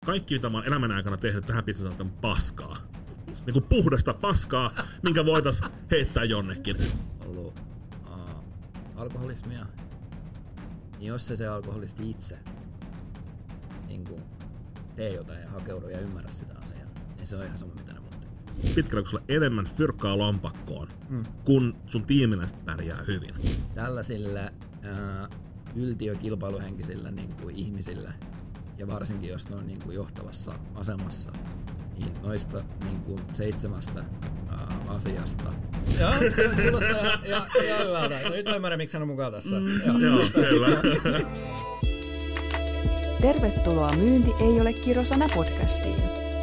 Kaikki, mitä mä oon elämän aikana tehnyt tähän pisteeseen on paskaa. Niin kuin puhdasta paskaa, minkä voitais heittää jonnekin. Ollut alkoholismia. Niin jos se alkoholisti itse niin kuin tee jotain ja hakeudu ja ymmärrä sitä asiaa, niin se on ihan sama mitä ne muut tekee. Pitkällä kun sulla enemmän fyrkkaa lompakkoon, kun sun tiimiläiset pärjää hyvin. Tällaisilla yltiökilpailuhenkisillä niin kuin ihmisillä, ja varsinkin jos ne on niin kuin johtavassa asemassa, niin noista niin kuin 7 asiasta. Joo, kuulostaa ihan hyvältä. Nyt ymmärrän, miksi hän on mukaan tässä. Joo, kyllä. Tervetuloa Myynti ei ole kirosana podcastiin.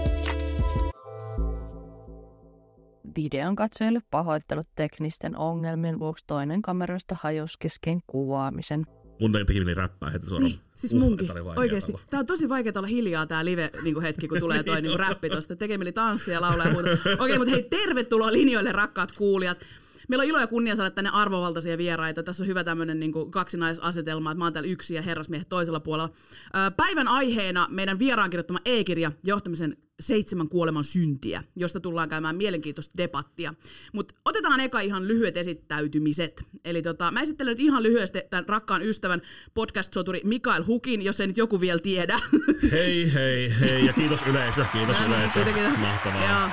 Videon katsojille pahoittelut teknisten ongelmien vuoksi toinen kameroista hajosi kesken kuvaamisen. Mun teki meni räppää heti suoraan. Siis munkin, oikeesti. Tää on tosi vaikea olla hiljaa tää live-hetki, kun tulee toi räppi tosta. Tekee mieli tanssia ja laulaa ja muuta. Okei, mutta hei, tervetuloa linjoille, rakkaat kuulijat. Meillä on ilo ja kunnia saada tänne arvovaltaisia vieraita. Tässä on hyvä tämmönen niin kaksinaisasetelma, että mä oon täällä yksi ja herrasmiehet toisella puolella. Päivän aiheena meidän vieraan kirjoittama e-kirja Johtamisen 7 kuoleman syntiä, josta tullaan käymään mielenkiintoista debattia. Mutta otetaan eka ihan lyhyet esittäytymiset. Eli mä esittelen nyt ihan lyhyesti tämän rakkaan ystävän podcast-soturi Mikael Hukin, jos ei nyt joku vielä tiedä. Hei, ja kiitos yleisö, kiitos. Mahtavaa.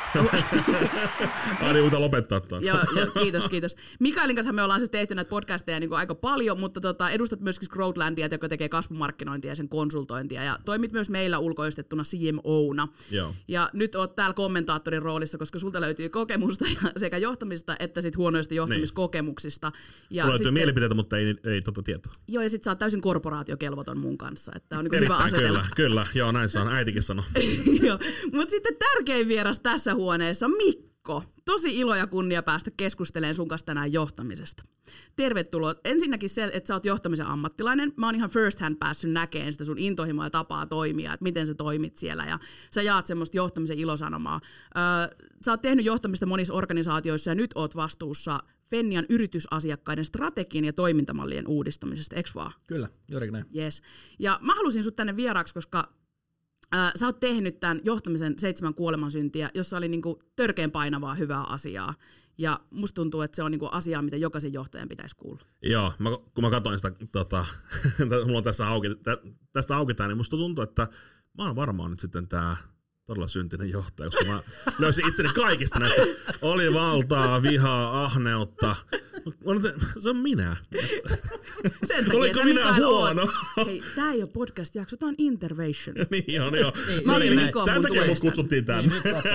Aina muuta lopettaa tuon. Joo, kiitos. Mikaelin kanssa me ollaan siis tehty näitä podcasteja niin aika paljon, mutta edustat myöskin Growthlandia, joka tekee kasvumarkkinointia ja sen konsultointia, ja toimit myös meillä ulkoistettuna CMOna. Joo. Ja nyt oot täällä kommentaattorin roolissa, koska sulta löytyy kokemusta sekä johtamista että sit huonoista johtamiskokemuksista. Ja mulla löytyy mielipiteitä, mutta ei tietoa. Joo, ja sit sä oot täysin korporaatiokelvoton mun kanssa, että on niin hyvä asetelma. Kyllä, joo, näin se on, äitikin sanoi. Joo, mutta sitten tärkein vieras tässä huoneessa on Mikko. Tosi ilo ja kunnia päästä keskustelemaan sun kanssa tänään johtamisesta. Tervetuloa. Ensinnäkin se, että sä oot johtamisen ammattilainen. Mä oon ihan first hand päässyt näkemään sitä sun intohimoa ja tapaa toimia, että miten sä toimit siellä, ja sä jaat semmoista johtamisen ilosanomaa. Sä oot tehnyt johtamista monissa organisaatioissa ja nyt oot vastuussa Fennian yritysasiakkaiden strategian ja toimintamallien uudistamisesta, eikö vaan? Kyllä, juurikin näin. Yes. Ja mä halusin sut tänne vieraaksi, koska sä oot tehnyt tämän johtamisen 7 kuolemansyntiä, jossa oli niinku törkeän painavaa hyvää asiaa. Ja musta tuntuu, että se on niinku asia, mitä jokaisen johtajan pitäisi kuulla. Joo, kun mä katsoin sitä, mulla on tästä auki tää, niin musta tuntuu, että mä oon varmaan nyt sitten tää todella syntinen johtaja, koska mä löysin itseni kaikista näistä. Oli valtaa, vihaa, ahneutta. Se on minä. Sen takia oliko se minä Mikael huono? On. Hei, tää ei ole podcast-jakso, tää on intervention. Niin on, joo. Mä olin Mikko, tämän mun takia mut tuesta. kutsuttiin tänne.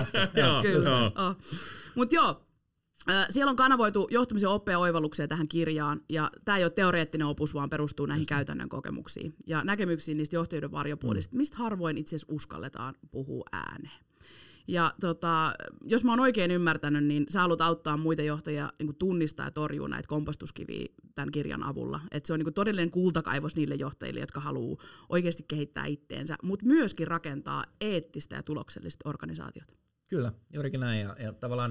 Joo. Mut joo, siellä on kanavoitu johtamisen oppeja ja oivalluksia tähän kirjaan, ja tämä ei ole teoreettinen opus, vaan perustuu näihin käytännön kokemuksiin ja näkemyksiin niistä johtajuuden varjopuolista, mistä harvoin itse asiassa uskalletaan puhua ääneen. Ja jos mä oon oikein ymmärtänyt, niin sä haluat auttaa muita johtajia niin tunnistaa ja torjua näitä kompastuskiviä tämän kirjan avulla. Että se on niin todellinen kultakaivos niille johtajille, jotka haluaa oikeasti kehittää itteensä, mutta myöskin rakentaa eettistä ja tuloksellista organisaatiota. Kyllä, juurikin näin. Ja tavallaan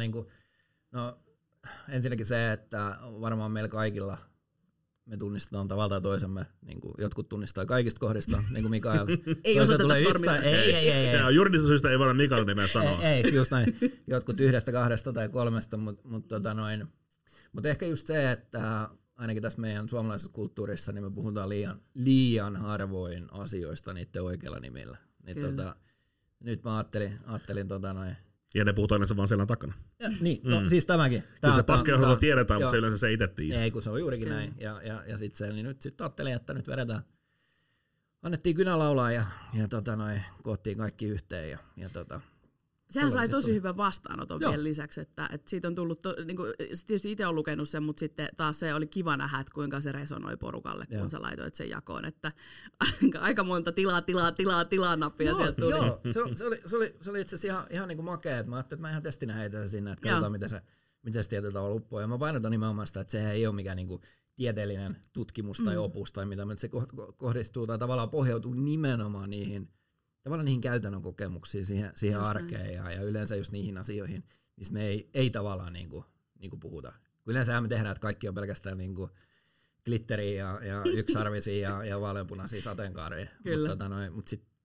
ensinnäkin se, että varmaan meillä kaikilla me tunnistetaan tavalla tai toisemme, niin kuin jotkut tunnistaa kaikista kohdista, niin kuin Mikael. Ei osoiteta sormia. Ei. Juridisesta syystä ei voida Mikael nimeä sanoa. Ei, just näin. Jotkut 1, 2 tai 3, mutta ehkä just se, että ainakin tässä meidän suomalaisessa kulttuurissa niin me puhutaan liian harvoin asioista niiden oikeilla nimillä. Niin nyt mä ajattelin ja ne puhutaan yleensä vaan selän takana. Niin, siis tämäkin. Kyllä se paskejohdolta tiedetään, mutta se yleensä se itse tiistä. Ei, kun se on juurikin näin. Ja sitten se, niin nyt sitten ajattelin, että nyt vedetään. Annettiin kynä laulaa ja koottiin kaikki yhteen. Sehän sai tosi hyvän vastaanoton vielä lisäksi, että siitä on tullut, tietysti itse olen lukenut sen, mutta sitten taas se oli kiva nähdä, että kuinka se resonoi porukalle, kun sä laitoit sen jakoon, että aika monta tilaa nappia sieltä tuli. Joo, se oli itse asiassa ihan niin kuin makea, että mä ajattelin, että mä ihan testinä heitän sinne, että katsotaan miten se tietyllä tavalla uppoo. Ja mä painotan nimenomaan sitä, että sehän ei ole mikään niin kuin tieteellinen tutkimus tai opus tai mitä, mutta se kohdistuu tai tavallaan pohjautuu nimenomaan niihin käytännön kokemuksiin, siihen arkeen ja yleensä just niihin asioihin, missä me ei tavallaan niin kuin puhuta. Yleensähän me tehdään, että kaikki on pelkästään niin kuin glitteriä ja yksarvisia ja vaaleanpunaisia sateenkaaria. Mutta sitten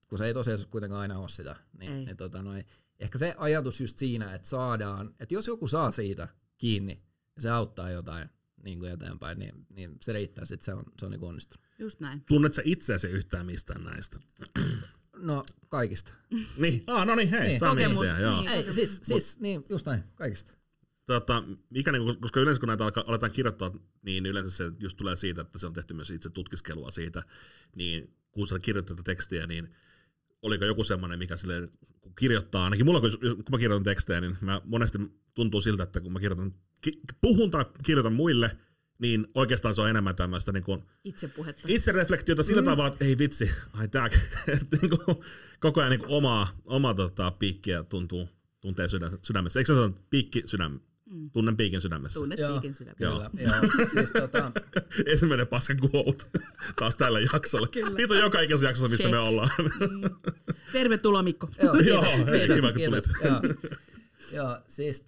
kun se ei tosiaan kuitenkaan aina ole sitä, niin ehkä se ajatus just siinä, että saadaan, että jos joku saa siitä kiinni ja se auttaa jotain niin kuin eteenpäin, niin se riittää, sitten se on niin kuin onnistunut. Just näin. Tunnet sä itseäsi yhtään mistään näistä? No kaikista. Niin, no niin, hei, niin. kokemus. Joo. Ei, siis niin, just näin, kaikista. Mikä, koska yleensä kun näitä aletaan kirjoittaa, niin yleensä se just tulee siitä, että se on tehty myös itse tutkiskelua siitä, niin kun sä kirjoitat tätä tekstiä, niin oliko joku semmoinen, mikä silleen, kun kirjoittaa, ainakin mulla kun mä kirjoitan tekstejä, niin mä monesti tuntuu siltä, että kun mä puhun tai kirjoitan muille, niin oikeastaan se on enemmän tämmöistä niin kuin itsereflektiota sillä tavalla, että ei vitsi, että niin kuin, koko ajan niin kuin omaa piikkiä tuntee sydämessä. Eikö se ole piikki sydämessä? Tunnen piikin sydämessä. Tunnet piikin sydämessä. Kyllä. Siis, ensimmäinen paskan quote taas tällä jaksolla. Niitä on joka ikäisessä jaksossa, missä me ollaan. Tervetuloa Mikko. Joo, kiva kun tulit. Joo, siis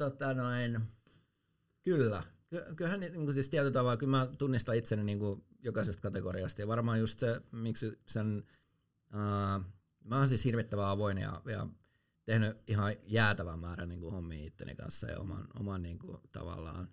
kyllä. Kyllähän niin siis tietyllä tavalla, kyllä mä tunnistan itseni niin kuin jokaisesta kategoriasta. Ja varmaan just se, miksi sen, mä oon siis hirvittävän avoin ja tehnyt ihan jäätävän määrän niin kuin hommia itteni kanssa ja oman niin kuin, tavallaan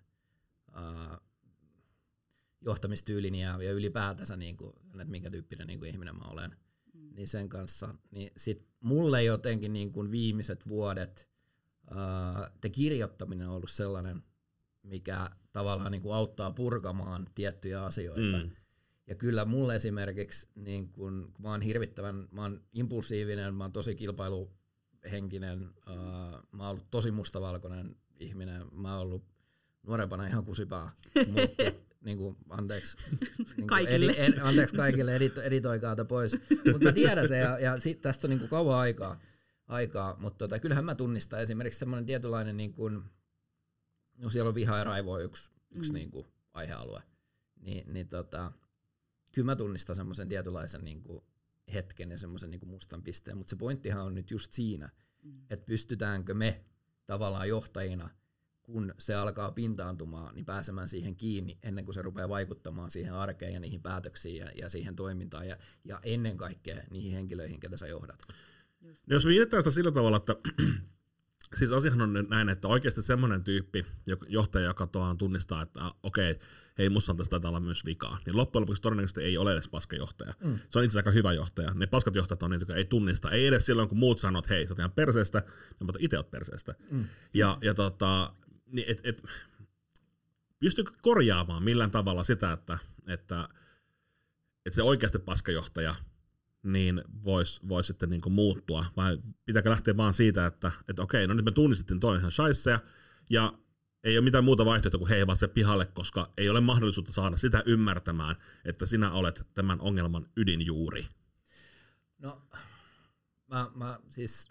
johtamistyylini ja ylipäätänsä, niin kuin, että minkä tyyppinen niin kuin ihminen mä olen. Niin sen kanssa, niin sit mulle jotenkin niin kuin viimeiset vuodet kirjoittaminen on ollut sellainen, mikä tavallaan niin kuin auttaa purkamaan tiettyjä asioita. Ja kyllä mulle esimerkiksi, niin kun mä oon impulsiivinen, mä oon tosi kilpailuhenkinen, mä oon ollut tosi mustavalkoinen ihminen, mä oon ollut nuorempana ihan kusipää, mutta niin kuin, anteeksi kaikille, anteeksi kaikille editoikaa pois. Mutta mä tiedän se ja tästä on niin kuin kauan aikaa, mutta kyllähän mä tunnistan esimerkiksi semmoinen tietynlainen, niin kuin, no siellä on viha ja raivo yksi niin kuin aihealue, niin kyllä mä tunnistan semmoisen tietynlaisen niin kuin hetken ja semmoisen niin kuin mustan pisteen, mutta se pointtihan on nyt just siinä, että pystytäänkö me tavallaan johtajina, kun se alkaa pintaantumaan, niin pääsemään siihen kiinni ennen kuin se rupeaa vaikuttamaan siihen arkeen ja niihin päätöksiin ja siihen toimintaan ja ennen kaikkea niihin henkilöihin, ketä sä johdat. Jos me mietitään sitä sillä tavalla, että siis asiahan on näin, että oikeasti semmoinen tyyppi, johtaja, joka tunnistaa, että okei, hei, musta on tästä taitaa olla myös vikaa, niin loppujen lopuksi todennäköisesti ei ole edes paskajohtaja. Se on itse asiassa aika hyvä johtaja. Ne paskat johtajat on niitä, jotka ei tunnista. Ei edes silloin, kun muut sanoo, että hei, sä oot ihan perseestä, niin itse oot perseestä. Niin pystyykö korjaamaan millään tavalla sitä, että se oikeasti paskajohtaja niin vois sitten niinku muuttua, vai pitääkö lähteä vaan siitä, että okei, no nyt me tunnistettiin toi ihan shaisseja, ja ei ole mitään muuta vaihtoehtoa kuin hei vaan se pihalle, koska ei ole mahdollisuutta saada sitä ymmärtämään, että sinä olet tämän ongelman ydinjuuri. No, mä siis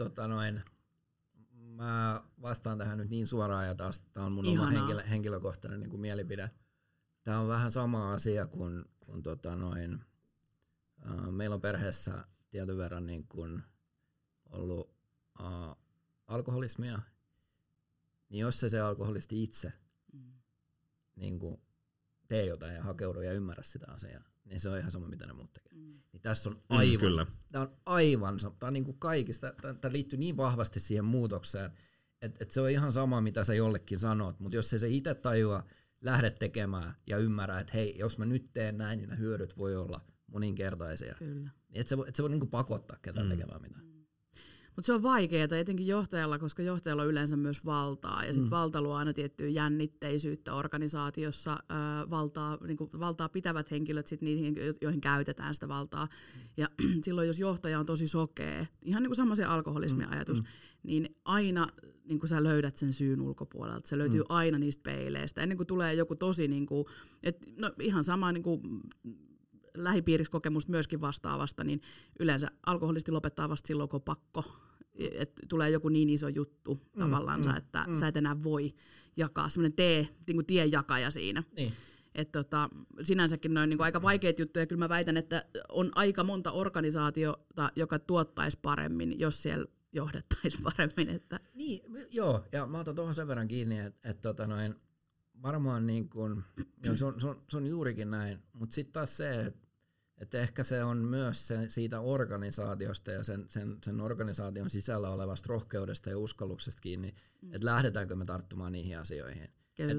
mä vastaan tähän nyt niin suoraan, ja taas tää on mun oma henkilökohtainen niin kuin mielipide. Tää on vähän sama asia kuin meillä on perheessä tietyn verran niin kuin ollut alkoholismia, niin jos se alkoholisti itse niin kuin tee jotain ja hakeudu ja ymmärrä sitä asiaa, niin se on ihan sama, mitä ne muut tekee. Niin tässä on aivan, tämä on niin kuin kaikista, tämä liittyy niin vahvasti siihen muutokseen, että se on ihan sama, mitä sä jollekin sanot, mutta jos se itse tajua, lähde tekemään ja ymmärrä, että hei, jos mä nyt teen näin, niin ne hyödyt voi olla moninkertaisia. Kyllä. Niin et se voi niinku pakottaa ketään tekemään mitään. Mutta se on vaikeaa etenkin johtajalla, koska johtajalla on yleensä myös valtaa. Ja sitten valta luo aina tiettyä jännitteisyyttä organisaatiossa. Valtaa pitävät henkilöt, sit niihin, joihin käytetään sitä valtaa. Ja silloin, jos johtaja on tosi sokea, ihan niin kuin sama se alkoholismi-ajatus, niin aina niin kuin sä löydät sen syyn ulkopuolelta. Se löytyy aina niistä peileistä. Ennen kuin tulee joku tosi, niin kuin, ihan sama niin kuin, lähipiirissä kokemusta myöskin vastaavasta, niin yleensä alkoholisti lopettaa vasta silloin, kun on pakko. Et tulee joku niin iso juttu tavallaan, että sä et enää voi jakaa, semmoinen niin tienjakaja siinä. Niin. Sinänsäkin ne on niin aika vaikeita juttuja, ja kyllä mä väitän, että on aika monta organisaatiota, joka tuottaisi paremmin, jos siellä johdettaisiin paremmin. Että. Niin, joo, ja mä otan tuohon sen verran kiinni, että varmaan niin kun, se on juurikin näin, mutta sitten taas se, että Että ehkä se on myös siitä organisaatiosta ja sen organisaation sisällä olevasta rohkeudesta ja uskalluksesta kiinni, että lähdetäänkö me tarttumaan niihin asioihin.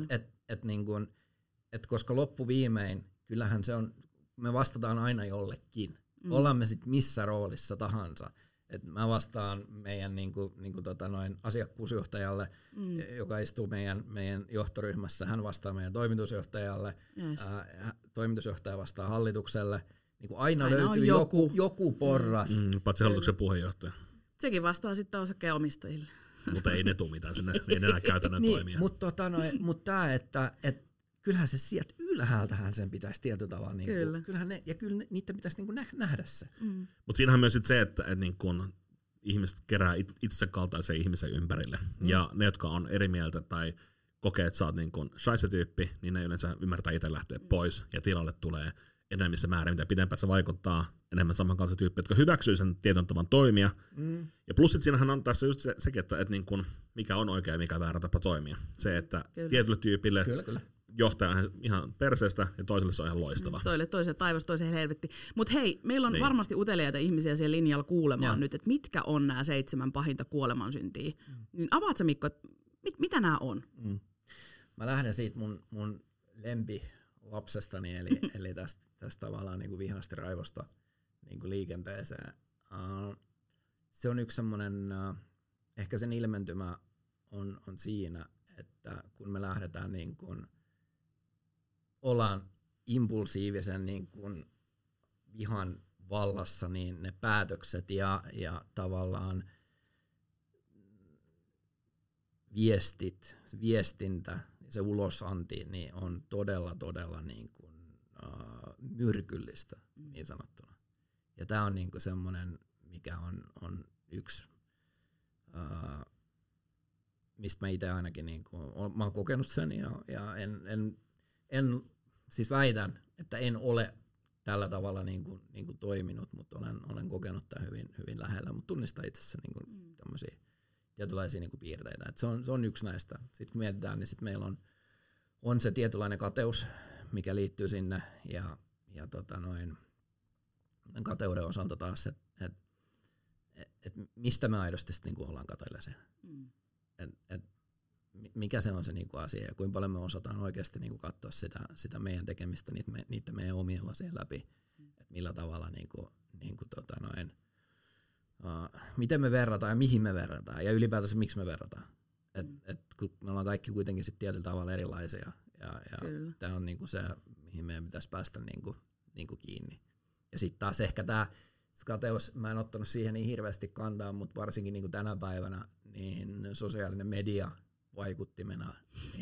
Koska loppuviimein, kyllähän se on, me vastataan aina jollekin. Ollaan me sitten missä roolissa tahansa. Et mä vastaan meidän asiakkuusjohtajalle, joka istuu meidän johtoryhmässä. Hän vastaa meidän toimitusjohtajalle. Yes. Toimitusjohtaja vastaa hallitukselle. Aina löytyy joku porras. Paitsi hallituksen puheenjohtaja. Sekin vastaa sitten osakkeenomistajille. Mutta ei ne tule mitään sinne, ei enää käytännön toimia. Mutta tämä, että kyllähän se sieltä ylhäältähän sen pitäisi tietyllä tavalla, kyllä niiden pitäisi nähdä se. Mutta siinähän on myös se, että ihmiset kerää itsensä kaltaisen ihmisen ympärille. Ja ne, jotka on eri mieltä tai kokee, että sä oot shaise-tyyppi, niin ne yleensä ymmärtää itse lähteä pois ja tilalle tulee enemmissä määrin, mitä pitempään se vaikuttaa, enemmän samankaltaisia tyyppejä, jotka hyväksyy sen tietyn tavan toimia. Ja plus siinähän on tässä just sekin, että mikä on oikea ja mikä väärä tapa toimia. Se, että tietylle tyypille johtaja on ihan perseestä ja toiselle se on ihan loistava. Toiselle taivas, toiselle helvetti. Mutta hei, meillä on varmasti uteliaita ihmisiä siellä linjalla kuulemaan nyt, että mitkä on nämä 7 pahinta kuolemansyntiä. Niin avaat sä, Mikko, mitä nämä on? Mä lähden siitä mun lempilapsestani, eli tästä tavallaan niin kuin vihasta raivosta niin kuin liikenteeseen. Se on yksi semmoinen, ehkä sen ilmentymä on siinä, että kun me lähdetään niin kuin ollaan impulsiivisen niin kuin vihan vallassa, niin ne päätökset ja tavallaan viestintä, se ulosanti, niin on todella niin kuin, myrkyllistä niin sanottuna. Ja tämä on niin kuin semmoinen, mikä on yksi, mistä mä itse ainakin niin kuin, mä oon kokenut sen ja en siis väitän, että en ole tällä tavalla niin kuin toiminut, mutta olen kokenut tämän hyvin lähellä, mutta tunnistan itsessä niin kuin tämmöisiä tietynlaisia niin kuin piirteitä. Et se on yksi näistä. Sitten kun mietitään, niin sit meillä on se tietynlainen kateus, mikä liittyy sinne, ja kateuden osalta taas, että mistä me aidosti sitten niin ollaan kateellisia. Mikä se on se niinku asia ja kuinka paljon me osataan oikeasti niinku katsoa sitä meidän tekemistä, niitä meidän omien lasien läpi, että millä tavalla miten me verrataan ja mihin me verrataan ja ylipäätänsä miksi me verrataan. Kun me ollaan kaikki kuitenkin sit tietyllä tavalla erilaisia ja tämä on niinku se, mihin meidän pitäisi päästä niinku kiinni. Ja sitten taas ehkä tämä kateus, mä en ottanut siihen niin hirveästi kantaa, mutta varsinkin niinku tänä päivänä niin sosiaalinen media vaikuttimena,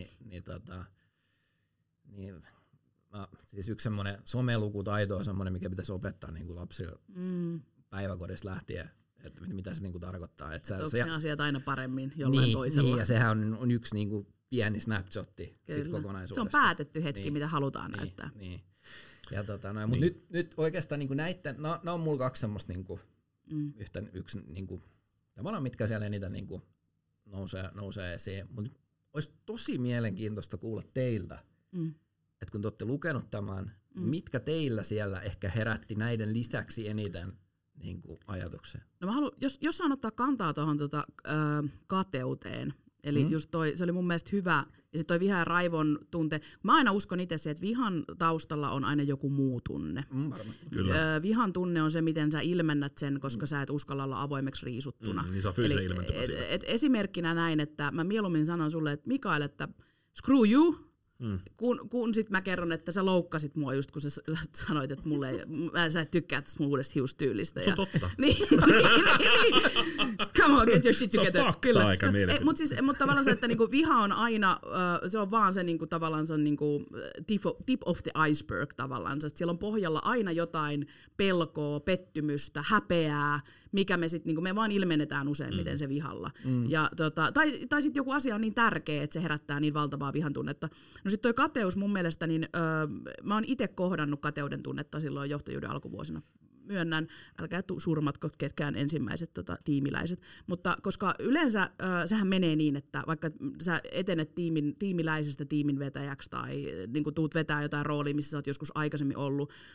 siis yksi semmoinen somelukutaito on semmoinen, mikä pitäisi opettaa niin kuin lapsille päiväkodista lähtien, että mitä se niin kuin tarkoittaa. Onko ne asiat aina paremmin jollain toisella? Niin, ja sehän on yksi niin kuin pieni snapshotti siitä kokonaisuudesta. Se on päätetty hetki, mitä halutaan näyttää. Niin. Ja mutta nyt oikeastaan niin kuin näitten, nämä on mulla 2 semmoista niin kuin, yksi niin kuin, tavallaan mitkä siellä eniten niin kuin nousee esiin. Mutta olisi tosi mielenkiintoista kuulla teiltä, että kun te olette lukenut tämän, mitkä teillä siellä ehkä herätti näiden lisäksi eniten niin kuin ajatuksia? No mä haluan, jos saan ottaa kantaa tuohon kateuteen, eli just se oli mun mielestä hyvä, ja sitten toi vihan ja raivon tunte. Mä aina uskon itse siihen, että vihan taustalla on aina joku muu tunne. Vihan tunne on se, miten sä ilmennät sen, koska sä et uskalla olla avoimeksi riisuttuna. Niin se on fyysinen ilmentymä siitä. Esimerkkinä näin, että mä mieluummin sanon sulle, että Mikael, että screw you, kun sit mä kerron, että sä loukkasit mua just kun sä sanoit, että sä et tykkää tästä mun uudesta hiustyylistä. Se on totta. Niin. Come on, get your shit together. Se on fakta eikä mielipide. Mutta tavallaan se, että niinku viha on aina, se on vaan se niinku, tavallaan se on niinku tip of the iceberg tavallaan. Siellä on pohjalla aina jotain pelkoa, pettymystä, häpeää, mikä me sitten, niinku, me vaan ilmennetään useimmiten se vihalla. Ja, tai sitten joku asia on niin tärkeä, että se herättää niin valtavaa vihan tunnetta. No sitten toi kateus mun mielestä, niin mä oon itse kohdannut kateuden tunnetta silloin johtajuuden alkuvuosina. Myönnän, älkää surmatko ketkään ensimmäiset tiimiläiset, mutta koska yleensä sehän menee niin, että vaikka sä etenet tiimiläisestä tiimin vetäjäksi tai niin tuut vetää jotain roolia, missä sä oot joskus aikaisemmin ollut,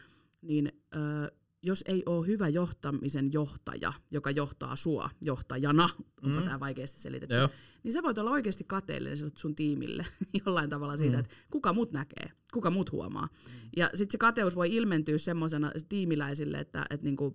niin jos ei ole hyvä johtamisen johtaja, joka johtaa sua johtajana, onpa tämä vaikeasti selitetty, niin sä voit olla oikeasti kateellinen sun tiimille jollain tavalla siitä, että kuka mut näkee, kuka mut huomaa. Ja sitten se kateus voi ilmentyä semmoisena tiimiläisille, että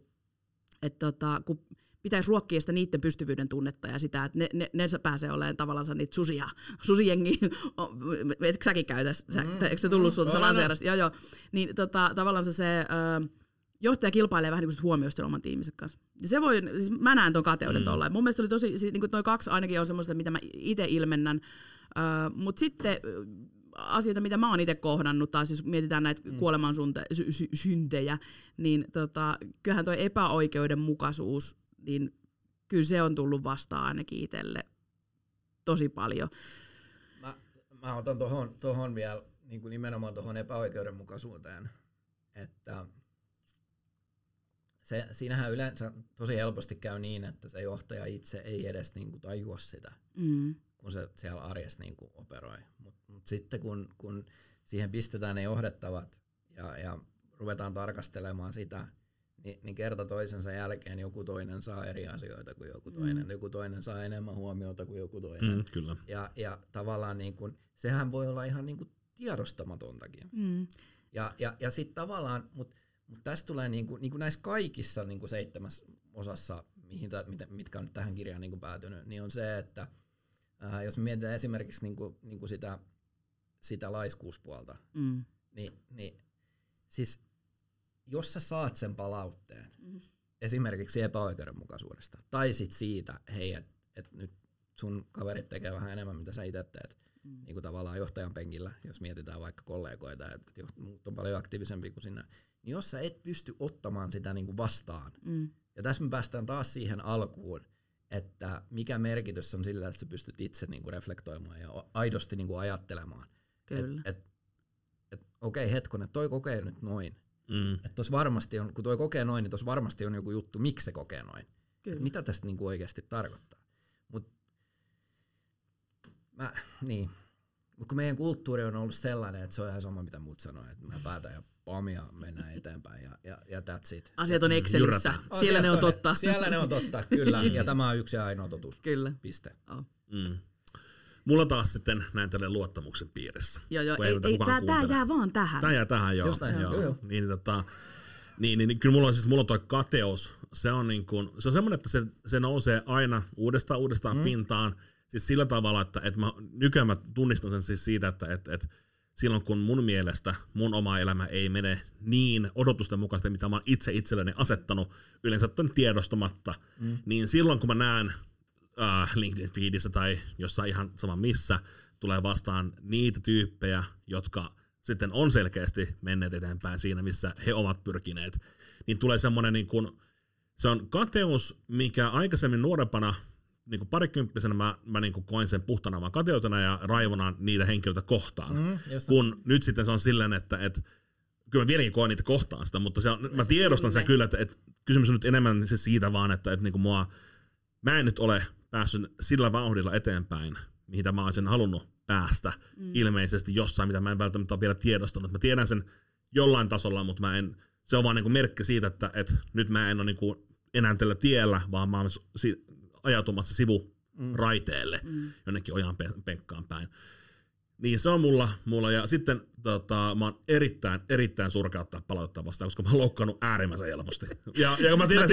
kun pitäisi ruokkia sitä niiden pystyvyyden tunnetta ja sitä, että ne pääsee olemaan tavallaan niitä susijengi, etkö säkin käytä, eikö se tullut sulta lanseerasta? Joo. Niin tavallaan se johtaja kilpailee vähän niin kuin huomioista oman tiiminsä kanssa. Ja se voi, siis mä näen ton kateuden tollain. Mun mielestä oli tosi, siis niin kuin noi 2 ainakin on semmoista, mitä mä itse ilmennän, mutta sitten asioita, mitä mä oon itse kohdannut, taas jos mietitään näitä kuoleman syntejä, niin kyllähän toi epäoikeudenmukaisuus, niin kyllä se on tullut vastaan ainakin itselle tosi paljon. Mä otan tohon vielä niin kuin nimenomaan tohon epäoikeudenmukaisuuteen, että siinähän yleensä tosi helposti käy niin, että se johtaja itse ei edes niin kuin tajua sitä, kun se siellä arjessa niin kuin operoi. Mut sitten kun siihen pistetään ne johdettavat ja ruvetaan tarkastelemaan sitä, niin kerta toisensa jälkeen joku toinen saa eri asioita kuin joku toinen. Joku toinen saa enemmän huomiota kuin joku toinen. Kyllä. Ja tavallaan niin kuin, sehän voi olla ihan niin kuin tiedostamatontakin. Ja sitten tavallaan, mutta tästä tulee niin kuin näissä kaikissa niin kuin 7 osassa, mitkä on nyt tähän kirjaan niin kuin päätynyt, niin on se, että jos me mietitään esimerkiksi niin kuin sitä laiskuuspuolta, niin siis jos sä saat sen palautteen, esimerkiksi epäoikeudenmukaisuudesta, tai sit siitä, hei, että nyt sun kaverit tekee vähän enemmän, mitä sä itse teet, niin kuin tavallaan johtajan penkillä, jos mietitään vaikka kollegoita, että muut on paljon aktiivisempi kuin sinä, niin jos sä et pysty ottamaan sitä niin kuin vastaan, ja tässä me päästään taas siihen alkuun, että mikä merkitys on sillä, että sä pystyt itse niin kuin reflektoimaan ja aidosti niin kuin ajattelemaan. Kyllä. Okei, hetkonen, toi kokee nyt noin. Että tos varmasti on, kun toi kokee noin, niin tos varmasti on joku juttu, miksi se kokee noin. Mitä tästä niin kuin oikeasti tarkoittaa. Mut kun meidän kulttuuri on ollut sellainen, että se on ihan sama, mitä muut sanoo, että mä päätän ja pam ja mennään eteenpäin ja that's it. Asiat on Excelissä, siellä ne on totta. Siellä ne on totta, kyllä, ja tämä on yksi ja ainoa totuus. Kyllä. Piste. Mulla taas sitten näin tälle luottamuksen piirissä. Joo, tää jää vaan tähän. Tää jää tähän, joo. Niin, kyllä mulla on toi kateus, se on semmoinen, että se nousee aina uudestaan pintaan. Siis sillä tavalla, että nykyään mä tunnistan sen siis siitä, että silloin kun mun mielestä mun oma elämä ei mene niin odotusten mukaisesti, mitä mä oon itse itselleni asettanut, yleensä tiedostamatta, niin silloin kun mä näen LinkedIn-feedissä tai jossain ihan sama missä, tulee vastaan niitä tyyppejä, jotka sitten on selkeästi menneet eteenpäin siinä, missä he ovat pyrkineet, niin tulee semmoinen, se on kateus, mikä aikaisemmin nuorempana, parikymppisenä mä koin sen puhtana vaan kateutena ja raivona niitä henkilöitä kohtaan, kun nyt sitten se on silleen, että kyllä mä vieläkin koen niitä kohtaan sitä, mutta mä tiedostan sen kyllä, että kysymys on nyt enemmän se siitä vaan, että mä en nyt ole päässyt sillä vauhdilla eteenpäin, mihin mä olisin halunnut päästä ilmeisesti jossain, mitä mä en välttämättä ole vielä tiedostanut. Mä tiedän sen jollain tasolla, mutta se on vaan merkki siitä, että nyt mä en ole enää tällä tiellä, vaan mä oon ajautumassa sivuraiteelle jonnekin ojan penkkaan päin. Niin se on mulla ja sitten mä oon erittäin surkea ottaa palautetta vastaan, koska mä oon loukkaannut äärimmäisen helposti. Ja mä tiedän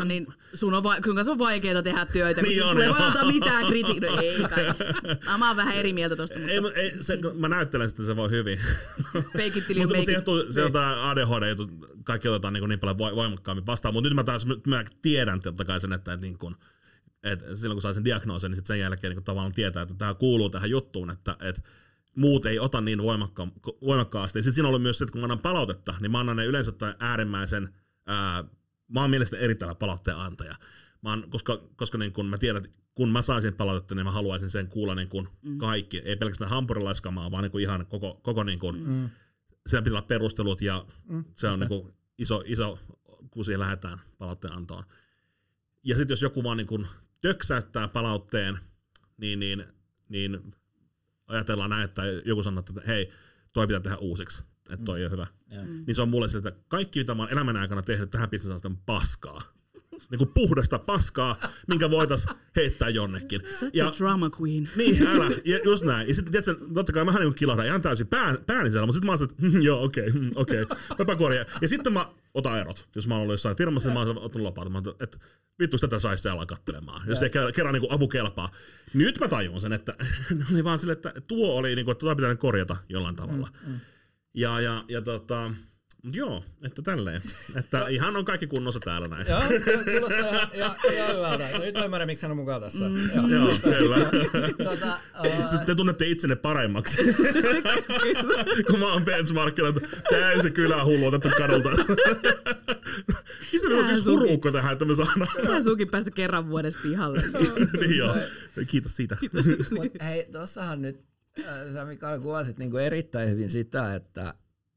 sun kanssa on vaikeaa tehdä työtä, niin kun sulla ei voi antaa mitään kritiikkiä. No ei kai. Mä oon vähän eri mieltä tosta. Mä näyttelen sitä, se voi hyvin. Fake it till you make it. Se on tää ADHD-jutut, kaikki otetaan niin paljon voimakkaammin vastaan, mutta nyt mä tiedän totta kai sen, että silloin kun saa sen diagnoosin, niin sit sen jälkeen tavallaan tietää, että tämä kuuluu tähän juttuun, että muut ei ota niin voimakkaasti. Sitten siinä on ollut myös se, että kun mä annan palautetta, niin mä annan ne yleensä äärimmäisen, mä oon mielestäni erittäin palautteen antaja. Koska mä tiedän, että kun mä saisin palautetta, niin mä haluaisin sen kuulla kaikki. Ei pelkästään hampurilaiskamaa, vaan ihan koko siellä pitää olla perustelut ja se on iso, kun siihen lähdetään palautteen antoon. Ja sitten jos joku vaan töksäyttää palautteen, niin ajatellaan näin, että joku sanoo, että hei, toi pitää tehdä uusiksi. että toi on hyvä. Niin se on mulle se, että kaikki mitä mä oon elämän aikana tehnyt tähän pisteeseen on sitä paskaa. Niinku puhdasta paskaa, minkä voitais heittää jonnekin. Such a drama queen. Niin, älä. Ja just näin. Ja sitten tiedätkö, totta kai mähän niinku kilahdan ihan täysin pääni siellä, mutta sitten mä oon että joo, okei. Mäpäkuoria. Ja sitten mä otan erot. Jos mä oon ollut jossain firmassa, niin mä oon ottanut lopaan. Mä oon, että vittu tätä saisi siellä kattelemaan. Jos ei kerran niinku apu kelpaa. Nyt mä tajun sen, että oli vaan sille, että tuo oli niinku, että tuota pitää korjata jollain tavalla. Ja joo, että tälleen. Että ihan on kaikki kunnossa täällä näin. Joo, kuulostaa ihan hyvältä. Nyt mä ymmärrän, miksi hän on mukaan tässä. Joo, kyllä. Sitten te tunnette itsenne paremmaksi. Kun mä oon benchmarkilla, täysin kylä hullu otettu kadulta. Mistä meillä on siis huruukko tähän, että me saadaan? Pitää sunkin päästä kerran vuodessa pihalle. Niin joo, kiitos siitä. Mut hei, tossahan nyt sä Mikael kuvasit niinku erittäin hyvin sitä, että